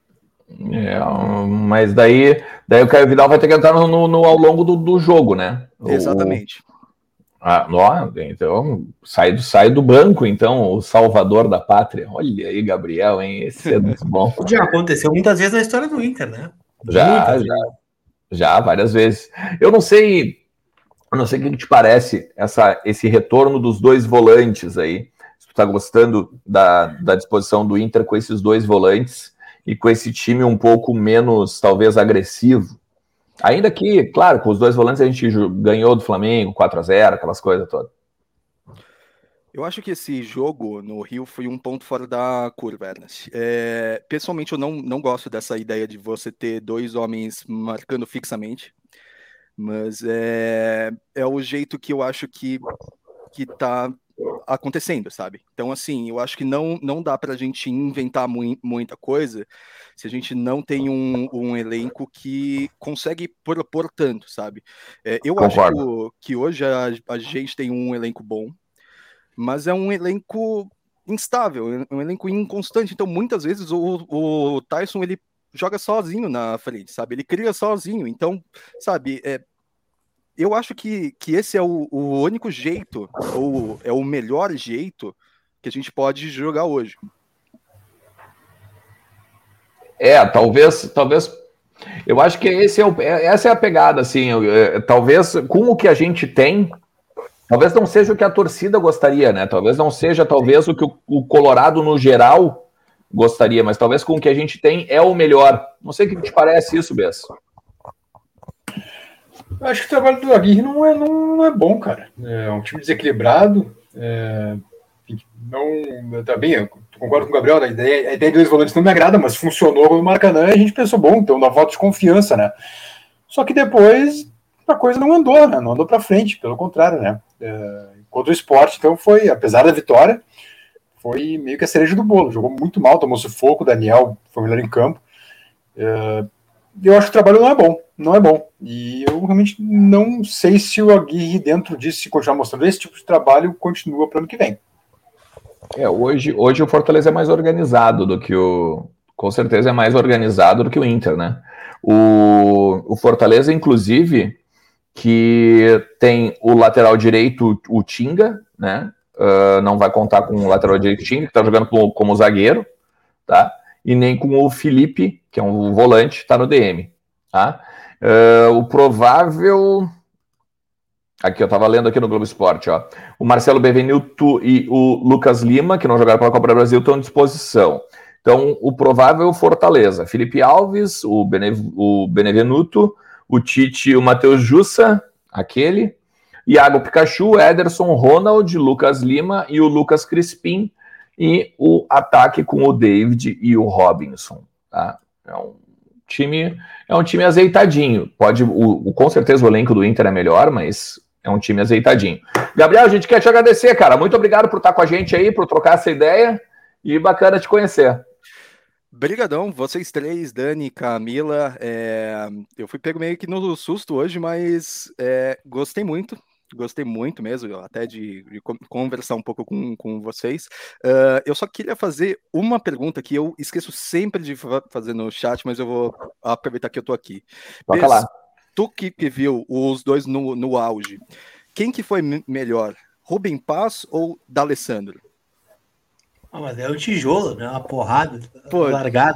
Mas daí o Caio Vidal vai ter que entrar ao longo do jogo, né? Exatamente. Então sai do banco, então, o salvador da pátria. Olha aí, Gabriel, hein? Esse é muito bom. Já aconteceu muitas vezes na história do Inter, né? Já, várias vezes. Eu não sei o que te parece esse retorno dos dois volantes aí. Se tu tá gostando da disposição do Inter com esses dois volantes e com esse time um pouco menos, talvez, agressivo. Ainda que, claro, com os dois volantes a gente ganhou do Flamengo, 4-0, aquelas coisas todas. Eu acho que esse jogo no Rio foi um ponto fora da curva, Ernest. Pessoalmente, eu não gosto dessa ideia de você ter dois homens marcando fixamente, mas é o jeito que eu acho que tá acontecendo, sabe? Então, assim, eu acho que não dá pra gente inventar muita coisa se a gente não tem um elenco que consegue propor tanto, sabe? Eu Concordo. acho que hoje a gente tem um elenco bom, mas é um elenco instável, um elenco inconstante. Então, muitas vezes, o Tyson, ele joga sozinho na frente, sabe? Ele cria sozinho. Então, sabe, eu acho que esse é o único jeito, ou é o melhor jeito que a gente pode jogar hoje. Talvez eu acho que essa é a pegada, assim, talvez com o que a gente tem, talvez não seja o que a torcida gostaria, né? Talvez não seja, o que o Colorado no geral gostaria, mas talvez com o que a gente tem é o melhor. Não sei o que te parece isso, Bess. Eu acho que o trabalho do Aguirre não é bom, cara. É um time desequilibrado. Também, eu concordo com o Gabriel, a ideia de dois volantes não me agrada, mas funcionou no Maracanã e a gente pensou, bom, então dá voto de confiança, né? Só que depois a coisa não andou, né? Não andou para frente, pelo contrário, né? Contra o Sport, então foi, apesar da vitória, foi meio que a cereja do bolo. Jogou muito mal, tomou sufoco, o Daniel foi o melhor em campo. Eu acho que o trabalho não é bom. E eu realmente não sei se o Aguirre, dentro disso, se continuar mostrando esse tipo de trabalho, continua para o ano que vem. Hoje o Fortaleza é mais organizado do que com certeza é mais organizado do que o Inter, né? O Fortaleza, inclusive, que tem o lateral direito, o Tinga, né? Não vai contar com o lateral direito Tinga, que tá jogando como zagueiro, tá? E nem com o Felipe, que é um volante, tá no DM, tá? O provável... Aqui, eu tava lendo aqui no Globo Esporte, ó. O Marcelo Benevenuto e o Lucas Lima, que não jogaram pela Copa do Brasil, estão à disposição. Então, o provável Fortaleza. Felipe Alves, o Benevenuto, o Tite, o Matheus Jussa, aquele, Iago Pikachu, Ederson, Ronald, Lucas Lima e o Lucas Crispim, e o ataque com o David e o Robinson, tá? É um time azeitadinho. Com certeza o elenco do Inter é melhor, mas é um time azeitadinho. Gabriel, a gente quer te agradecer, cara. Muito obrigado por estar com a gente aí, por trocar essa ideia. E bacana te conhecer. Brigadão, vocês três, Dani, Camila. Eu fui pego meio que no susto hoje, mas gostei muito mesmo, até de conversar um pouco com vocês. Eu só queria fazer uma pergunta que eu esqueço sempre de fazer no chat, mas eu vou aproveitar que eu tô aqui. Toca lá. Tu que viu os dois no auge, quem que foi melhor, Rubem Paz ou D'Alessandro? Mas é o tijolo, né? Uma porrada, largada.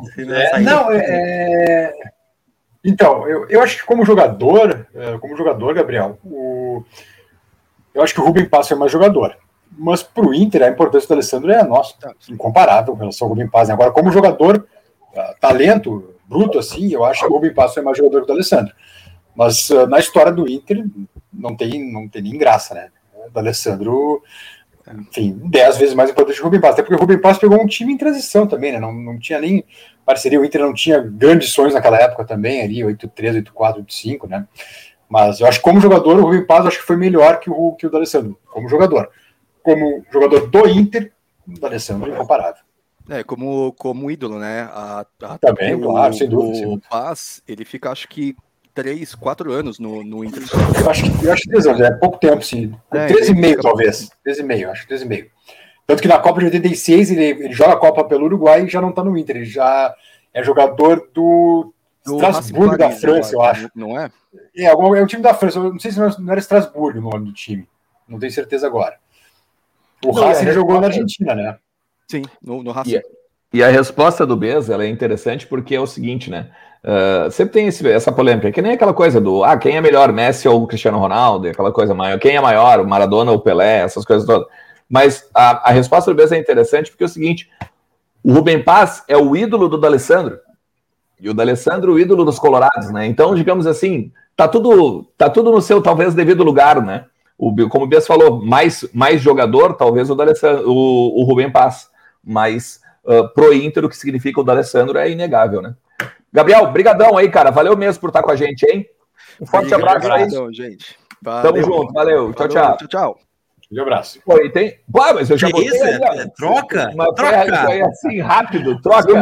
Então, eu acho que como jogador, Gabriel, eu acho que o Rubem Paz é mais jogador. Mas para o Inter, a importância do D'Alessandro é, incomparável em relação ao Rubem Paz. Agora, como jogador, talento bruto, assim, eu acho que o Rubem Paz é mais jogador que o D'Alessandro. Mas na história do Inter não tem nem graça, né? O D'Alessandro, enfim, 10 vezes mais importante que o Rubem Paz, até porque o Rubem Paz pegou um time em transição também, né? Não tinha nem parceria, o Inter não tinha grandes sonhos naquela época também, ali, 8-3, 8-4, 8-5, né? Mas eu acho que como jogador, o Rubem Paz acho que foi melhor que o D'Alessandro, como jogador. Como jogador do Inter, o D'Alessandro é incomparável. Como ídolo, né? Também, claro, sem dúvida. O Paz, ele fica, acho que 3, 4 anos no Inter. Eu acho que 3 anos, é pouco tempo, sim. 13,5 talvez. 13,5, acho que 13,5. Tanto que na Copa de 86 ele joga a Copa pelo Uruguai e já não tá no Inter. Ele já é jogador do Strasbourg da França, eu acho. Não é? É o time da França. Eu não sei se não era Strasbourg o nome do time. Não tenho certeza agora. O Racing jogou na Argentina, né? Sim, no Racing. E a resposta do Bez, ela é interessante porque é o seguinte, né? Sempre tem essa polêmica, que nem aquela coisa do quem é melhor, Messi ou Cristiano Ronaldo, aquela coisa maior, quem é maior, o Maradona ou o Pelé, essas coisas todas. Mas a resposta do Bez é interessante porque é o seguinte, o Rubem Paz é o ídolo do D'Alessandro, e o D'Alessandro o ídolo dos colorados, né? Então, digamos assim, tá tudo no seu, talvez, devido lugar, né? Como o Bez falou, mais jogador, talvez o D'Alessandro, o Rubem Paz, mas pro Inter, o que significa o D'Alessandro é inegável, né? Gabriel, brigadão aí, cara. Valeu mesmo por estar com a gente, hein? Um forte abraço aí. Gente. Tamo junto. Valeu. Tchau. Tchau. Um abraço. Pô, e tem... Mas eu já botei aí, troca? Foi assim, rápido. Troca.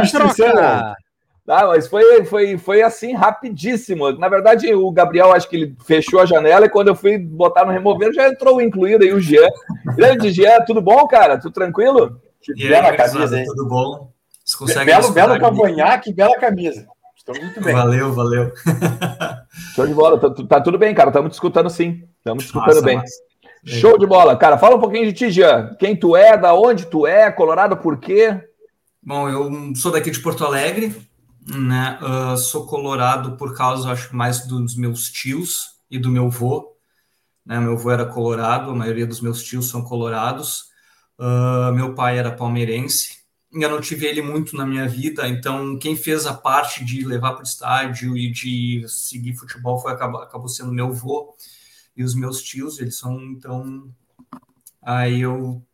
Mas foi assim, rapidíssimo. Na verdade, o Gabriel, acho que ele fechou a janela e quando eu fui botar no remover, já entrou incluído aí o Jean. Grande Jean, tudo bom, cara? Tudo tranquilo? Que bela camisa, hein? Tudo bom? Belo cavanhaque, bela camisa. Estamos muito bem. Valeu. Show de bola. Tá tudo bem, cara. Estamos te escutando sim. Estamos te escutando bem. Massa. Show de bola. Cara, fala um pouquinho de ti, Jean. Quem tu é, da onde tu é, Colorado por quê? Bom, eu sou daqui de Porto Alegre, né? Sou colorado por causa, acho, mais dos meus tios e do meu avô. Né? Meu avô era colorado, a maioria dos meus tios são colorados. Meu pai era palmeirense. Eu não tive ele muito na minha vida, então quem fez a parte de levar para o estádio e de seguir futebol acabou sendo meu avô e os meus tios, eles são, então, aí eu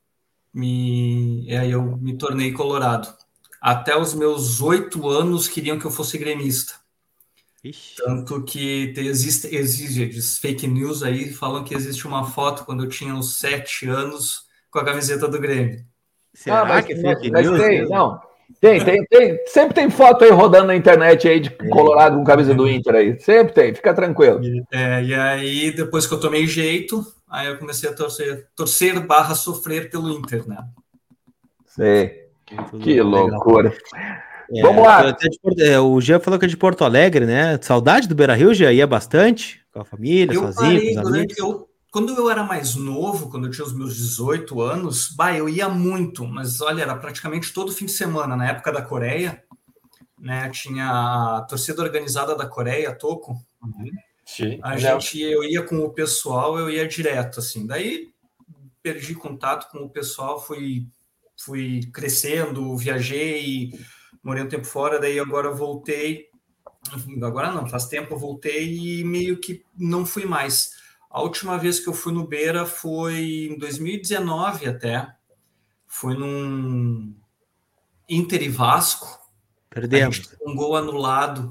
me tornei colorado. Até os meus 8 anos queriam que eu fosse gremista. Ixi. Tanto que existe fake news aí, falam que existe uma foto quando eu tinha uns 7 anos com a camiseta do Grêmio. Será que é fake news? Não. Tem. Sempre tem foto aí rodando na internet aí de Colorado com camisa do Inter aí. Sempre tem, fica tranquilo. E aí, depois que eu tomei jeito, aí eu comecei a torcer/sofrer pelo Inter, né? Sei. Que loucura. Vamos lá. O Jean falou que é de Porto Alegre, né? Saudade do Beira-Rio, já ia bastante? Com a família, sozinho, com os amigos? Quando eu era mais novo, quando eu tinha os meus 18 anos, eu ia muito, mas olha, era praticamente todo fim de semana, na época da Coreia, né? Tinha a torcida organizada da Coreia, Toco. Sim. Eu ia com o pessoal, eu ia direto, assim. Daí perdi contato com o pessoal, fui crescendo, viajei, morei um tempo fora, daí agora voltei. Agora não, faz tempo eu voltei e meio que não fui mais. A última vez que eu fui no Beira foi em 2019 até. Foi num Inter e Vasco. Perdemos. Um gol anulado.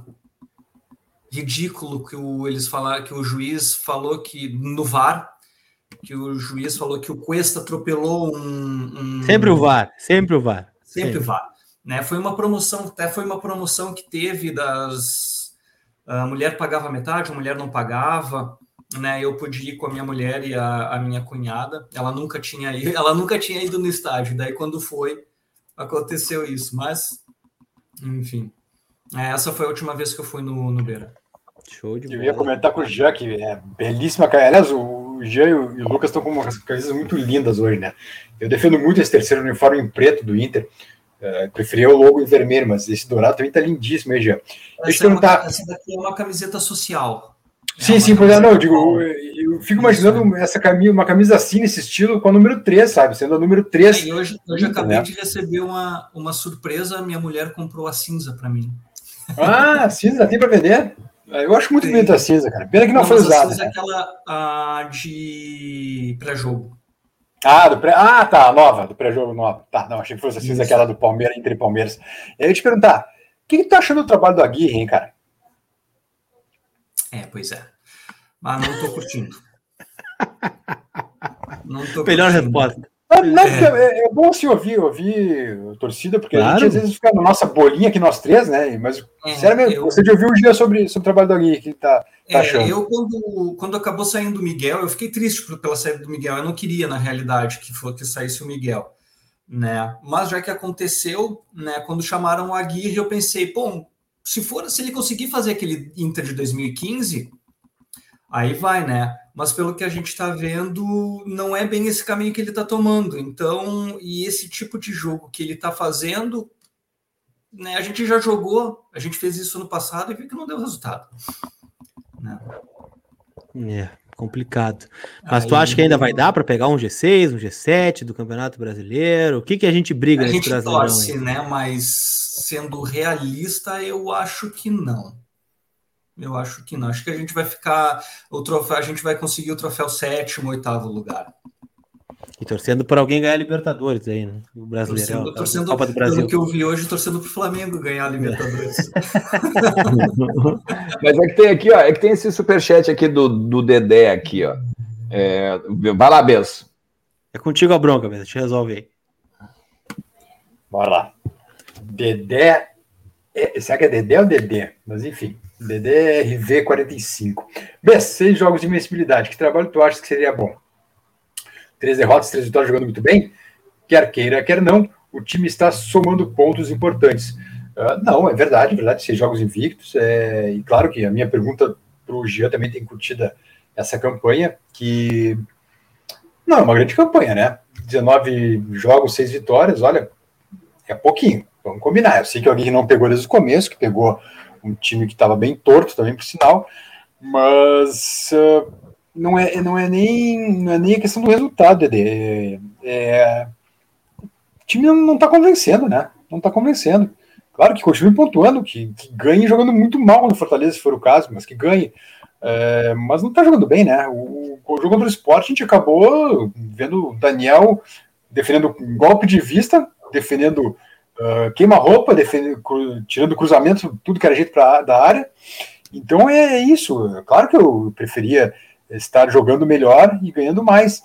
Ridículo que eles falaram, que o juiz falou que no VAR, que o juiz falou que o Cuesta atropelou Sempre o VAR. Sempre o VAR. Né? Foi uma promoção que teve a mulher pagava metade, a mulher não pagava. Né, eu podia ir com a minha mulher e a minha cunhada. Ela nunca tinha ido no estádio. Daí, quando foi, aconteceu isso. Mas, enfim, essa foi a última vez que eu fui no Beira. Show de bola. Eu ia comentar com o Jean, que é belíssima. Aliás, o Jean e o Lucas estão com umas camisas muito lindas hoje, né? Eu defendo muito esse terceiro uniforme em preto do Inter. Preferia o logo em vermelho, mas esse dourado também tá lindíssimo, hein, Jean? Essa daqui é uma camiseta social. Sim, pois é, não, eu fico imaginando uma camisa assim, nesse estilo, com a número 3, sabe? Sendo a número 3. E hoje acabei de receber uma surpresa, minha mulher comprou a cinza para mim. Cinza, tem para vender? Eu acho muito bonita a cinza, cara. Pena que não foi usada. A cinza é aquela de pré-jogo. Tá, nova, do pré-jogo nova. Tá, não, achei que fosse a cinza aquela do Palmeiras, entre Palmeiras. Eu ia te perguntar, o que tu tá achando do trabalho do Aguirre, hein, cara? Pois é. Mas não tô curtindo. Melhor resposta. É bom assim ouvir a torcida, porque a gente às vezes fica na nossa bolinha aqui, nós três, né? Mas, sinceramente, você já ouviu um dia sobre o trabalho do Aguirre, que tá achando? Eu, quando acabou saindo o Miguel, eu fiquei triste pela saída do Miguel. Eu não queria, na realidade, que saísse o Miguel, né? Mas já que aconteceu, né? Quando chamaram o Aguirre, eu pensei, se ele conseguir fazer aquele Inter de 2015, aí vai, né? Mas pelo que a gente está vendo, não é bem esse caminho que ele está tomando. Então, e esse tipo de jogo que ele está fazendo, né, a gente já jogou, a gente fez isso no passado e viu que não deu resultado. Né? Complicado. Mas tu acha que ainda vai dar para pegar um G6, um G7 do Campeonato Brasileiro? O que a gente briga nesse Brasileirão? A gente torce, né? Mas sendo realista, eu acho que não. Acho que a gente vai ficar a gente vai conseguir o troféu 7º, 8º lugar. E torcendo por alguém ganhar a Libertadores aí, né? O Brasileirão, torcendo Copa do Brasil. Pelo que eu vi hoje, torcendo pro Flamengo ganhar a Libertadores. Mas é que tem aqui, ó, tem esse superchat aqui do Dedé aqui, ó. Vai lá, Benço. É contigo a bronca, Benço, te resolve aí. Bora lá. Dedé. Será que é Dedé ou Dedé? Mas enfim. Dedé RV45. 6 jogos de invencibilidade. Que trabalho tu acha que seria bom? 3 derrotas, 3 vitórias, jogando muito bem? Quer queira, quer não, o time está somando pontos importantes. Não, é verdade, 6 jogos invictos. E claro que a minha pergunta para o Jean também tem curtido essa campanha, que não é uma grande campanha, né? 19 jogos, 6 vitórias, olha, é pouquinho, vamos combinar. Eu sei que o Aguirre não pegou desde o começo, que pegou um time que estava bem torto também, por sinal, mas não é nem a questão do resultado, Dedé. O time não está convencendo, né? Não está convencendo. Claro que continue pontuando, que ganhe jogando muito mal no Fortaleza, se for o caso, mas que ganhe. Mas não está jogando bem, né? O jogo contra o Sport, a gente acabou vendo o Daniel defendendo um golpe de vista, defendendo queima-roupa, tirando cruzamento, tudo que era jeito da área. Então é isso. Claro que eu preferia estar jogando melhor e ganhando mais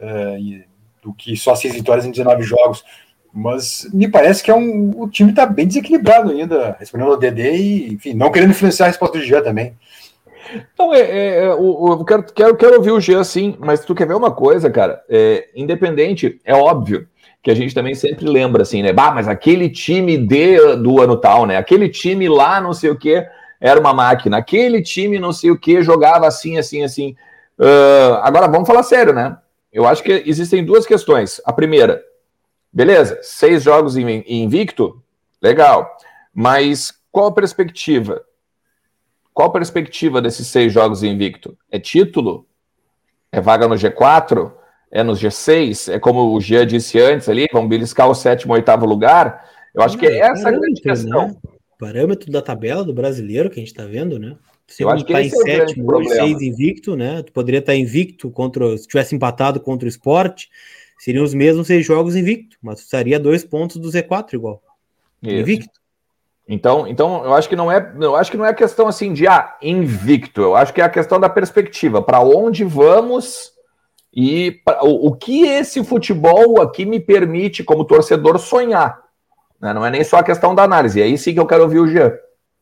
do que só 6 vitórias em 19 jogos. Mas me parece que o time está bem desequilibrado ainda, respondendo ao DD e, enfim, não querendo influenciar a resposta do Jean também. Então, eu quero ouvir o Jean, sim, mas tu quer ver uma coisa, cara? Independente, é óbvio que a gente também sempre lembra, assim, né? Mas aquele time do ano tal, né? Aquele time lá, não sei o quê, era uma máquina. Aquele time, não sei o quê, jogava assim, assim, assim. Agora, vamos falar sério, né? Eu acho que existem 2 questões. A primeira, beleza, 6 jogos invicto, legal. Mas qual a perspectiva? Qual a perspectiva desses 6 jogos invicto? É título? É vaga no G4? É no G6? É como o Jean disse antes ali, vamos beliscar o 7º, 8º lugar? Eu acho que é essa a grande questão. Né? Parâmetro da tabela do brasileiro que a gente está vendo, né? Se você está em 7º, hoje 6 invicto, né? Tu poderia estar invicto se tivesse empatado contra o Sport, seriam os mesmos 6 jogos invicto, mas tu estaria 2 pontos do Z4 igual. Isso. Invicto. Então eu acho que não é questão assim de invicto. Eu acho que é a questão da perspectiva, para onde vamos e o que esse futebol aqui me permite, como torcedor, sonhar. Né? Não é nem só a questão da análise. E aí sim que eu quero ouvir o Jean.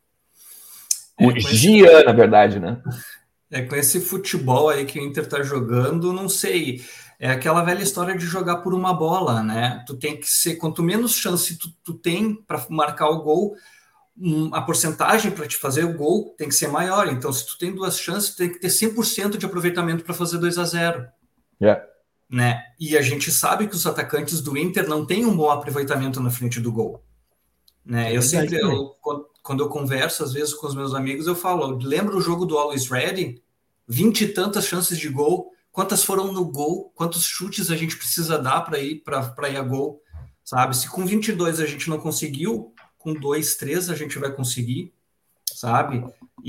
Jean, na verdade, né? Com esse futebol aí que o Inter tá jogando, não sei. É aquela velha história de jogar por uma bola, né? Tu tem que ser, quanto menos chance tu tem para marcar o gol, a porcentagem para te fazer o gol tem que ser maior. Então, se tu tem 2 chances, tu tem que ter 100% de aproveitamento para fazer 2-0. Né? E a gente sabe que os atacantes do Inter não têm um bom aproveitamento na frente do gol. Né? Quando eu converso, às vezes, com os meus amigos, eu falo, lembra o jogo do Always Ready? 20 e tantas chances de gol, quantas foram no gol, quantos chutes a gente precisa dar para ir a gol, sabe? Se com 22 a gente não conseguiu, com 2, 3 a gente vai conseguir, sabe?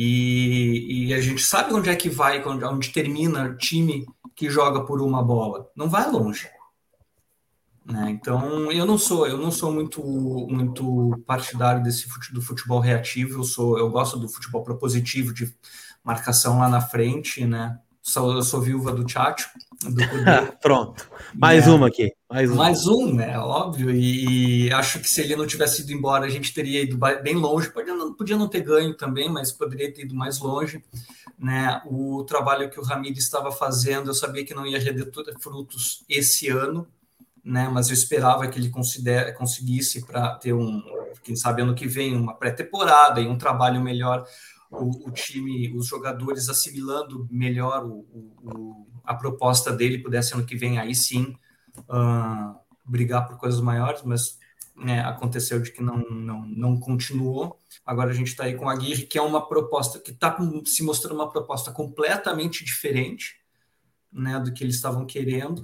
E a gente sabe onde é que vai, onde termina o time que joga por uma bola. Não vai longe. Né? Então, eu não sou muito partidário do futebol reativo. Eu gosto do futebol propositivo, de marcação lá na frente, né? Eu sou viúva do Tchatcho. Pronto. Mais uma aqui. Mais um, né? Óbvio. E acho que se ele não tivesse ido embora, a gente teria ido bem longe. Podia não ter ganho também, mas poderia ter ido mais longe. Né? O trabalho que o Ramiro estava fazendo, eu sabia que não ia render frutos esse ano, né? Mas eu esperava que ele conseguisse para ter quem sabe ano que vem, uma pré-temporada e um trabalho melhor. O time, os jogadores assimilando melhor a proposta dele, pudesse ano que vem aí sim brigar por coisas maiores, mas né, aconteceu de que não continuou. Agora a gente está aí com a Aguirre, que é uma proposta que está se mostrando uma proposta completamente diferente, né, do que eles estavam querendo.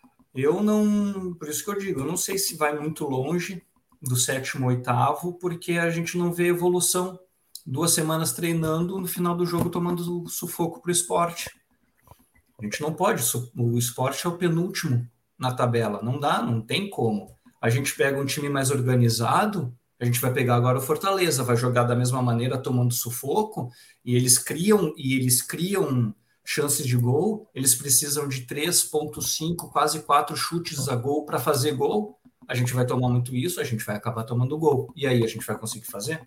Por isso que eu digo, eu não sei se vai muito longe do 7º, 8º, porque a gente não vê evolução. 2 semanas treinando, no final do jogo tomando sufoco para o esporte. A gente não pode, o esporte é o penúltimo na tabela, não dá, não tem como. A gente pega um time mais organizado, a gente vai pegar agora o Fortaleza, vai jogar da mesma maneira, tomando sufoco, e eles criam chances de gol, eles precisam de 3,5, quase 4 chutes a gol para fazer gol. A gente vai tomar muito isso, a gente vai acabar tomando gol. E aí, a gente vai conseguir fazer?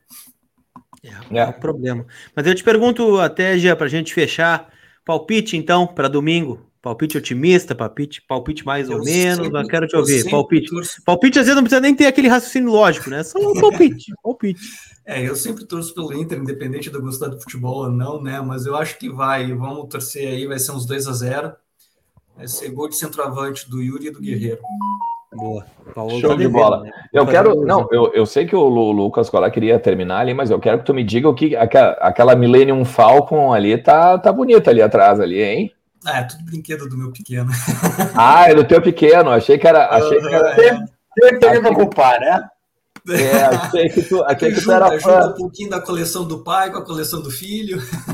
É o problema. Mas eu te pergunto até, Gia, para a gente fechar, palpite então para domingo. Palpite otimista, palpite mais ou menos, mas quero te ouvir. Palpite às vezes não precisa nem ter aquele raciocínio lógico, né? Só um palpite. Eu sempre torço pelo Inter, independente de eu gostar do futebol ou não, né? Mas eu acho que vamos torcer aí, vai ser uns 2-0. Vai ser gol de centroavante do Yuri e do Guerreiro. Boa. Show de bola. Né? Eu sei que o Lucas Colar queria terminar ali, mas eu quero que tu me diga o que aquela Millennium Falcon ali tá bonita ali atrás ali, hein? É tudo brinquedo do meu pequeno. É do teu pequeno. Achei que era. Sempre tem pra culpar, né? Achei que tu era fã. Um pouquinho da coleção do pai com a coleção do filho.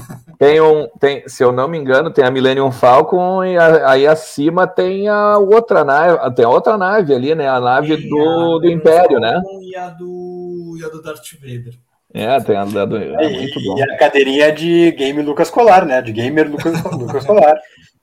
Se eu não me engano, tem a Millennium Falcon e aí acima tem a outra nave ali, né? A nave do Império, né? E a do Darth Vader. Tem a do... muito bom. E a cadeirinha de game Lucas Colar, né? De gamer Lucas Colar.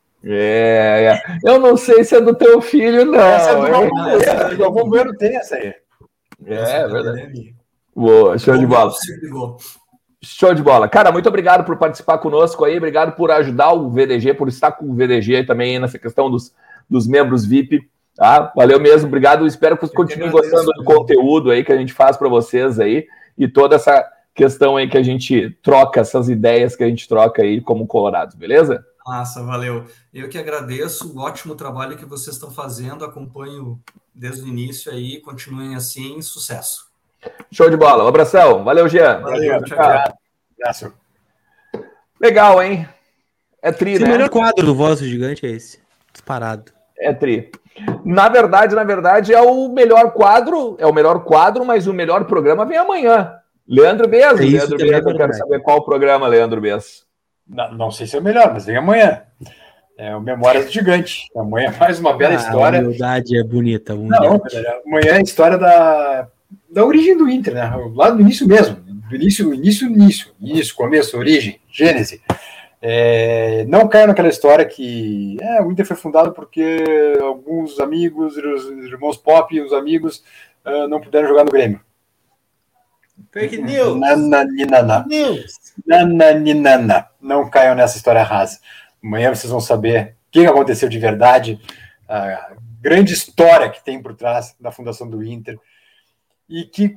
Eu não sei se é do teu filho, não. Essa é do Bombeiro, tem essa aí. É verdade. Boa, show de bola. Show de bola. Cara, muito obrigado por participar conosco aí, obrigado por ajudar o VDG, por estar com o VDG também nessa questão dos membros VIP, tá? Valeu mesmo, obrigado, espero que vocês continuem gostando do conteúdo aí que a gente faz para vocês aí, e toda essa questão aí que a gente troca, essas ideias que a gente troca aí como colorados, beleza? Massa, valeu. Eu que agradeço o ótimo trabalho que vocês estão fazendo, acompanho desde o início aí, continuem assim, sucesso. Show de bola, um abração, valeu, Jean. Valeu, tchau. Legal, hein? É tri, né? O melhor quadro do Voz do Gigante é esse, disparado. É tri. Na verdade, é o melhor quadro, mas o melhor programa vem amanhã. Leandro Bez, eu quero saber qual o programa, Leandro Bez. Não sei se é o melhor, mas vem amanhã. É o Memórias do Gigante. Amanhã é mais uma bela história. A humildade é bonita. Não, amanhã é a história da origem do Inter, né? Lá do início mesmo. Do início, começo, origem, gênese. Não caiu naquela história que o Inter foi fundado porque alguns amigos, os irmãos Pop e os amigos não puderam jogar no Grêmio. Fake news. Nananina. Não caiam nessa história rasa. Amanhã vocês vão saber o que aconteceu de verdade, a grande história que tem por trás da fundação do Inter, e que,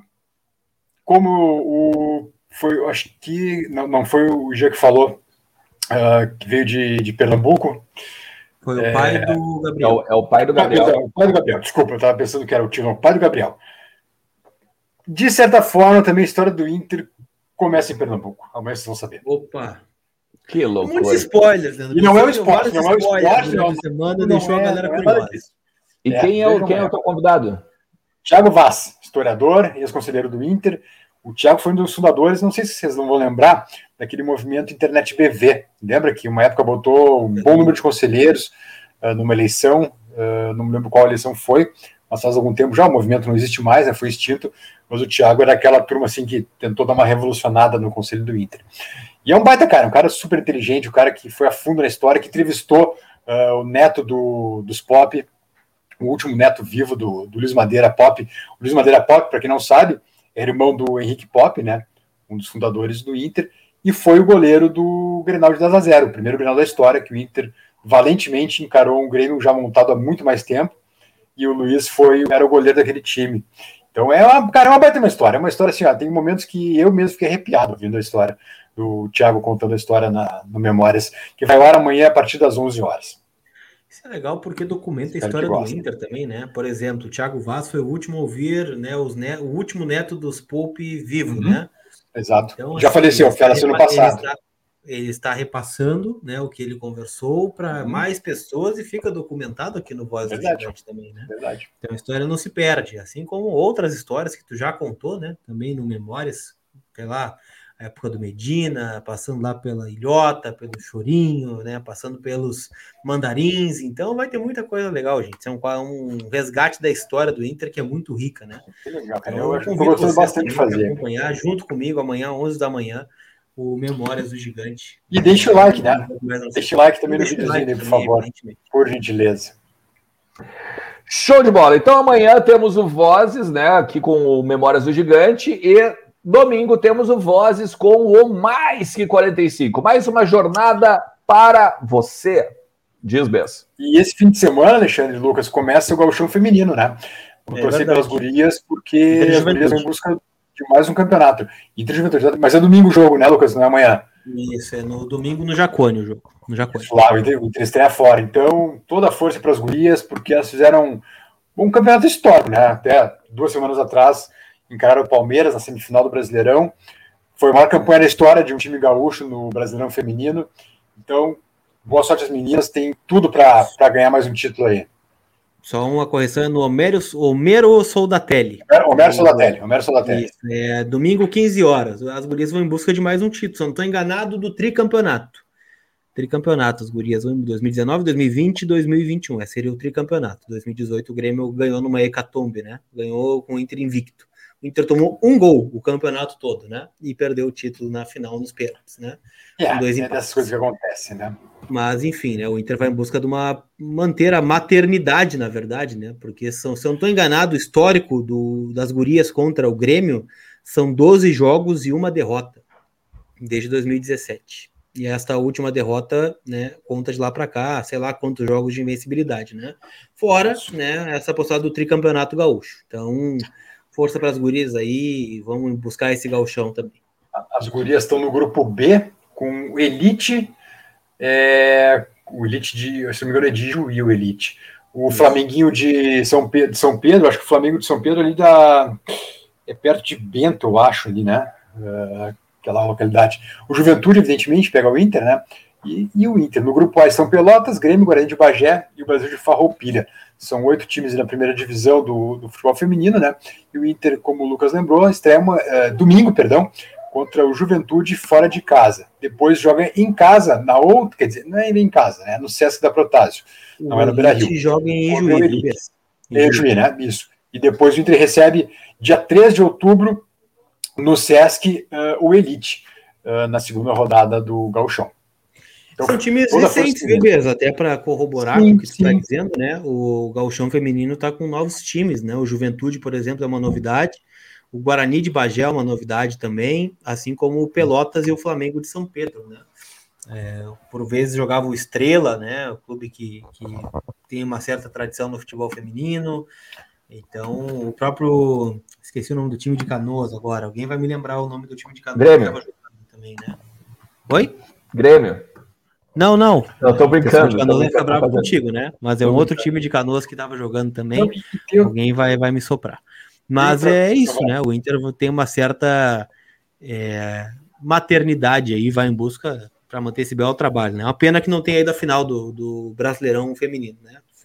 como acho que não foi o Jean que falou, que veio de Pernambuco. Foi o pai do Gabriel. É o pai do Gabriel. O pai do Gabriel, desculpa, eu estava pensando que era o tio, não, o pai do Gabriel. De certa forma, também a história do Inter começa em Pernambuco. Amanhã vocês vão saber. Opa! Que loucura. Muitos spoilers, né? E não é um spoiler, não é um spoiler. Semana deixou a galera curiosa. E quem é o teu convidado? Thiago Vaz, historiador, ex-conselheiro do Inter, O Thiago foi um dos fundadores, não sei se vocês não vão lembrar, daquele movimento Internet BV. Lembra que uma época botou um bom número de conselheiros numa eleição, não me lembro qual eleição foi, mas faz algum tempo já, o movimento não existe mais, né, foi extinto, mas o Thiago era aquela turma assim que tentou dar uma revolucionada no Conselho do Inter. E é um baita cara, um cara super inteligente, um cara que foi a fundo na história, que entrevistou o neto dos Pop, o último neto vivo do Luiz Madeira Pop. O Luiz Madeira Pop, para quem não sabe, era irmão do Henrique Pop, né, um dos fundadores do Inter, e foi o goleiro do Grenal de 10-0, o primeiro Grenal da história, que o Inter valentemente encarou um Grêmio já montado há muito mais tempo, e o Luiz era o goleiro daquele time. Então é uma baita uma história. É uma história assim, tem momentos que eu mesmo fiquei arrepiado ouvindo a história do Thiago contando a história no Memórias, que vai ao ar amanhã a partir das 11 horas. Isso é legal porque documenta a história do Inter também, né? Por exemplo, o Thiago Vaz foi o último a ouvir, né, o último neto dos Poupe vivo, né? Exato. Então, já faleceu, faleceu no passado. Ele está repassando, né, o que ele conversou para mais pessoas e fica documentado aqui no Voz do Gigante também, né? Verdade. Então a história não se perde, assim como outras histórias que tu já contou, né? Também no Memórias, sei lá, a época do Medina, passando lá pela Ilhota, pelo Chorinho, né? Passando pelos Mandarins. Então vai ter muita coisa legal, gente. É um resgate da história do Inter que é muito rica, né? Que legal, cara. Então, eu estou gostando bastante de fazer. Acompanhar junto comigo amanhã, 11 da manhã, o Memórias do Gigante. E deixa o like, né? Deixa o like também no videozinho, por favor. Por gentileza. Show de bola. Então amanhã temos o Vozes, né? Aqui com o Memórias do Gigante. E domingo temos o Vozes com o Mais Que 45. Mais uma jornada para você. Diz, Bess. E esse fim de semana, Alexandre e Lucas, começa o Gauchão Feminino, né? Vou torcer pelas gurias, porque as gurias vão em busca de mais um campeonato. Mas é domingo o jogo, né, Lucas? Não é amanhã. Isso, é no domingo no Jacone o jogo. No Jacone. Lá, o Inter estreia fora. Então, toda a força para as gurias, porque elas fizeram um campeonato histórico, né? Até 2 semanas atrás, encararam o Palmeiras na semifinal do Brasileirão. Foi a maior campanha da história de um time gaúcho no Brasileirão Feminino. Então, boa sorte às meninas, tem tudo para ganhar mais um título aí. Só uma correção no Homero Soldatelli. Homero Soldatelli. Isso, domingo, 15 horas. As gurias vão em busca de mais um título. Se eu não estou enganado, do tricampeonato. Tricampeonato, as gurias vão em 2019, 2020 e 2021. Esse seria o tricampeonato. 2018 o Grêmio ganhou numa hecatombe, né? Ganhou com o Inter invicto. O Inter tomou um gol o campeonato todo, né? E perdeu o título na final nos pênaltis, né? É dessas coisas que acontecem, né? Mas, enfim, né? O Inter vai em busca de manter a maternidade, na verdade, né? Porque se eu não estou enganado, o histórico das gurias contra o Grêmio são 12 jogos e uma derrota desde 2017. E esta última derrota, né, conta de lá para cá, sei lá quantos jogos de invencibilidade, né? Fora, né, essa postada do tricampeonato gaúcho. Então, força para as gurias aí, vamos buscar esse gauchão também. As gurias estão no grupo B com o Elite, o Elite se não me engano é de Juí, o Elite. O Flamenguinho de São Pedro, acho que o Flamengo de São Pedro ali é perto de Bento, eu acho, ali, né? Aquela localidade. O Juventude, evidentemente, pega o Inter, né? E o Inter. No grupo A estão Pelotas, Grêmio, Guarani de Bagé e o Brasil de Farroupilha. São 8 times na primeira divisão do futebol feminino, né? E o Inter, como o Lucas lembrou, estreia domingo, contra o Juventude fora de casa. Depois joga em casa, quer dizer, não é em casa, né? No Sesc da Protásio. Não é no Beira-Rio. Joga em Juí. Em Juí, né? Isso. E depois o Inter recebe, dia 3 de outubro, no Sesc, o Elite, na segunda rodada do Gauchão. Então, são times recentes, viu, Beza? Até para corroborar com o que você está dizendo, né? O Gauchão Feminino está com novos times, né? O Juventude, por exemplo, é uma novidade. O Guarani de Bagé é uma novidade também, assim como o Pelotas e o Flamengo de São Pedro, né? Por vezes jogava o Estrela, né? O clube que tem uma certa tradição no futebol feminino. Então, o próprio... Esqueci o nome do time de Canoas agora. Alguém vai me lembrar o nome do time de Canoas? Grêmio. Que jogando também, né? Oi? Grêmio. Não. Eu tô brincando. Canoas vai ficar bravo contigo, né? Mas é um outro time de Canoas que estava jogando também. Alguém vai me soprar. Mas é isso, né? O Inter tem uma certa maternidade aí, vai em busca para manter esse belo trabalho, né? Uma pena que não tenha ido a final do Brasileirão Feminino, né?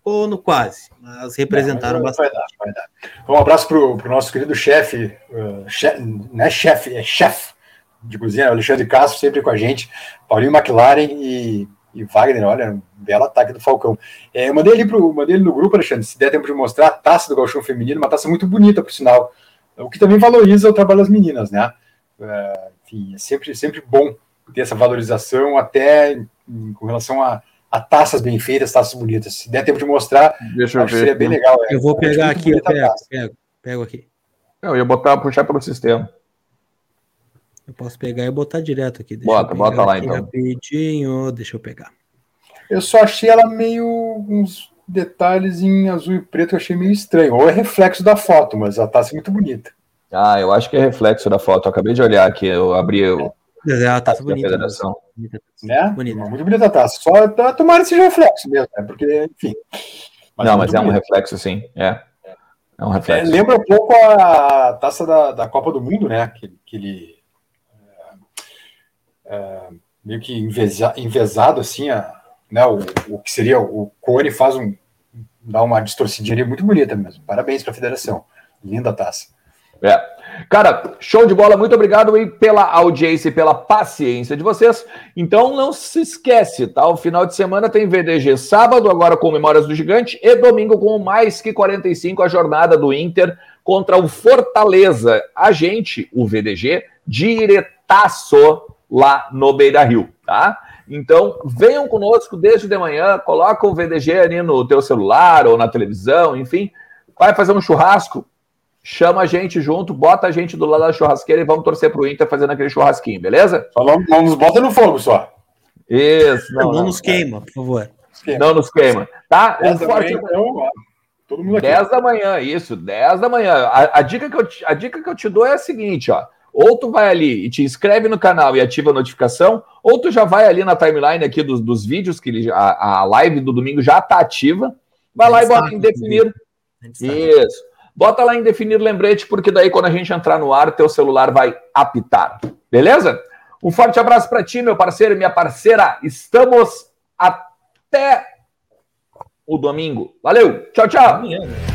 ficou no quase, mas representaram bastante. Vai dar. Um abraço pro nosso querido chefe, não é chefe, é chefe de cozinha, Alexandre Castro, sempre com a gente, Paulinho McLaren e Wagner, olha, um belo ataque do Falcão. Eu mandei ali no grupo, Alexandre, se der tempo de mostrar a taça do Gauchão Feminino, uma taça muito bonita, por sinal, o que também valoriza o trabalho das meninas, né? Enfim, é sempre bom ter essa valorização, até com relação a taças bem feitas, taças bonitas. Se der tempo de mostrar, Deixa eu ver. Seria bem legal. Eu vou pegar aqui, eu pego aqui. Eu ia puxar pelo sistema. Eu posso pegar e botar direto aqui. Bota lá então. Rapidinho, deixa eu pegar. Eu só achei ela meio uns detalhes em azul e preto, eu achei meio estranho. Ou é reflexo da foto, mas a taça é muito bonita. Eu acho que é reflexo da foto. Eu acabei de olhar aqui, eu abri A taça bonita. Federação. Né? Bonita. Muito bonita a taça. Só tomara que seja reflexo mesmo, né? Porque, enfim. Mas é um reflexo, sim. É um reflexo. Lembra um pouco a taça da Copa do Mundo, né? Que ele meio que envezado assim, né? O que seria o cone dá uma distorcidinha muito bonita mesmo. Parabéns para a federação. Linda a taça. Cara, show de bola, muito obrigado aí pela audiência e pela paciência de vocês. Então não se esquece, tá? O final de semana tem VDG sábado, agora com Memórias do Gigante, e domingo com mais que 45, a jornada do Inter contra o Fortaleza. A gente, o VDG, diretaço lá no Beira-Rio, tá? Então venham conosco desde de manhã, coloca o VDG ali no teu celular ou na televisão, enfim, vai fazer um churrasco, chama a gente junto, bota a gente do lado da churrasqueira e vamos torcer pro Inter fazendo aquele churrasquinho, beleza? Só não nos bota no fogo só. Isso. Não nos queima, por favor. Não nos queima, tá? 10 da manhã, então, todo mundo aqui. 10 da manhã, isso, 10 da manhã. A dica que eu te dou é a seguinte, ó. Ou tu vai ali e te inscreve no canal e ativa a notificação, ou tu já vai ali na timeline aqui dos vídeos, que a live do domingo já tá ativa. Vai lá e bota em definir. Isso. Bota lá em definir lembrete, porque daí quando a gente entrar no ar, teu celular vai apitar. Beleza? Um forte abraço para ti, meu parceiro e minha parceira. Estamos até o domingo. Valeu. Tchau, tchau.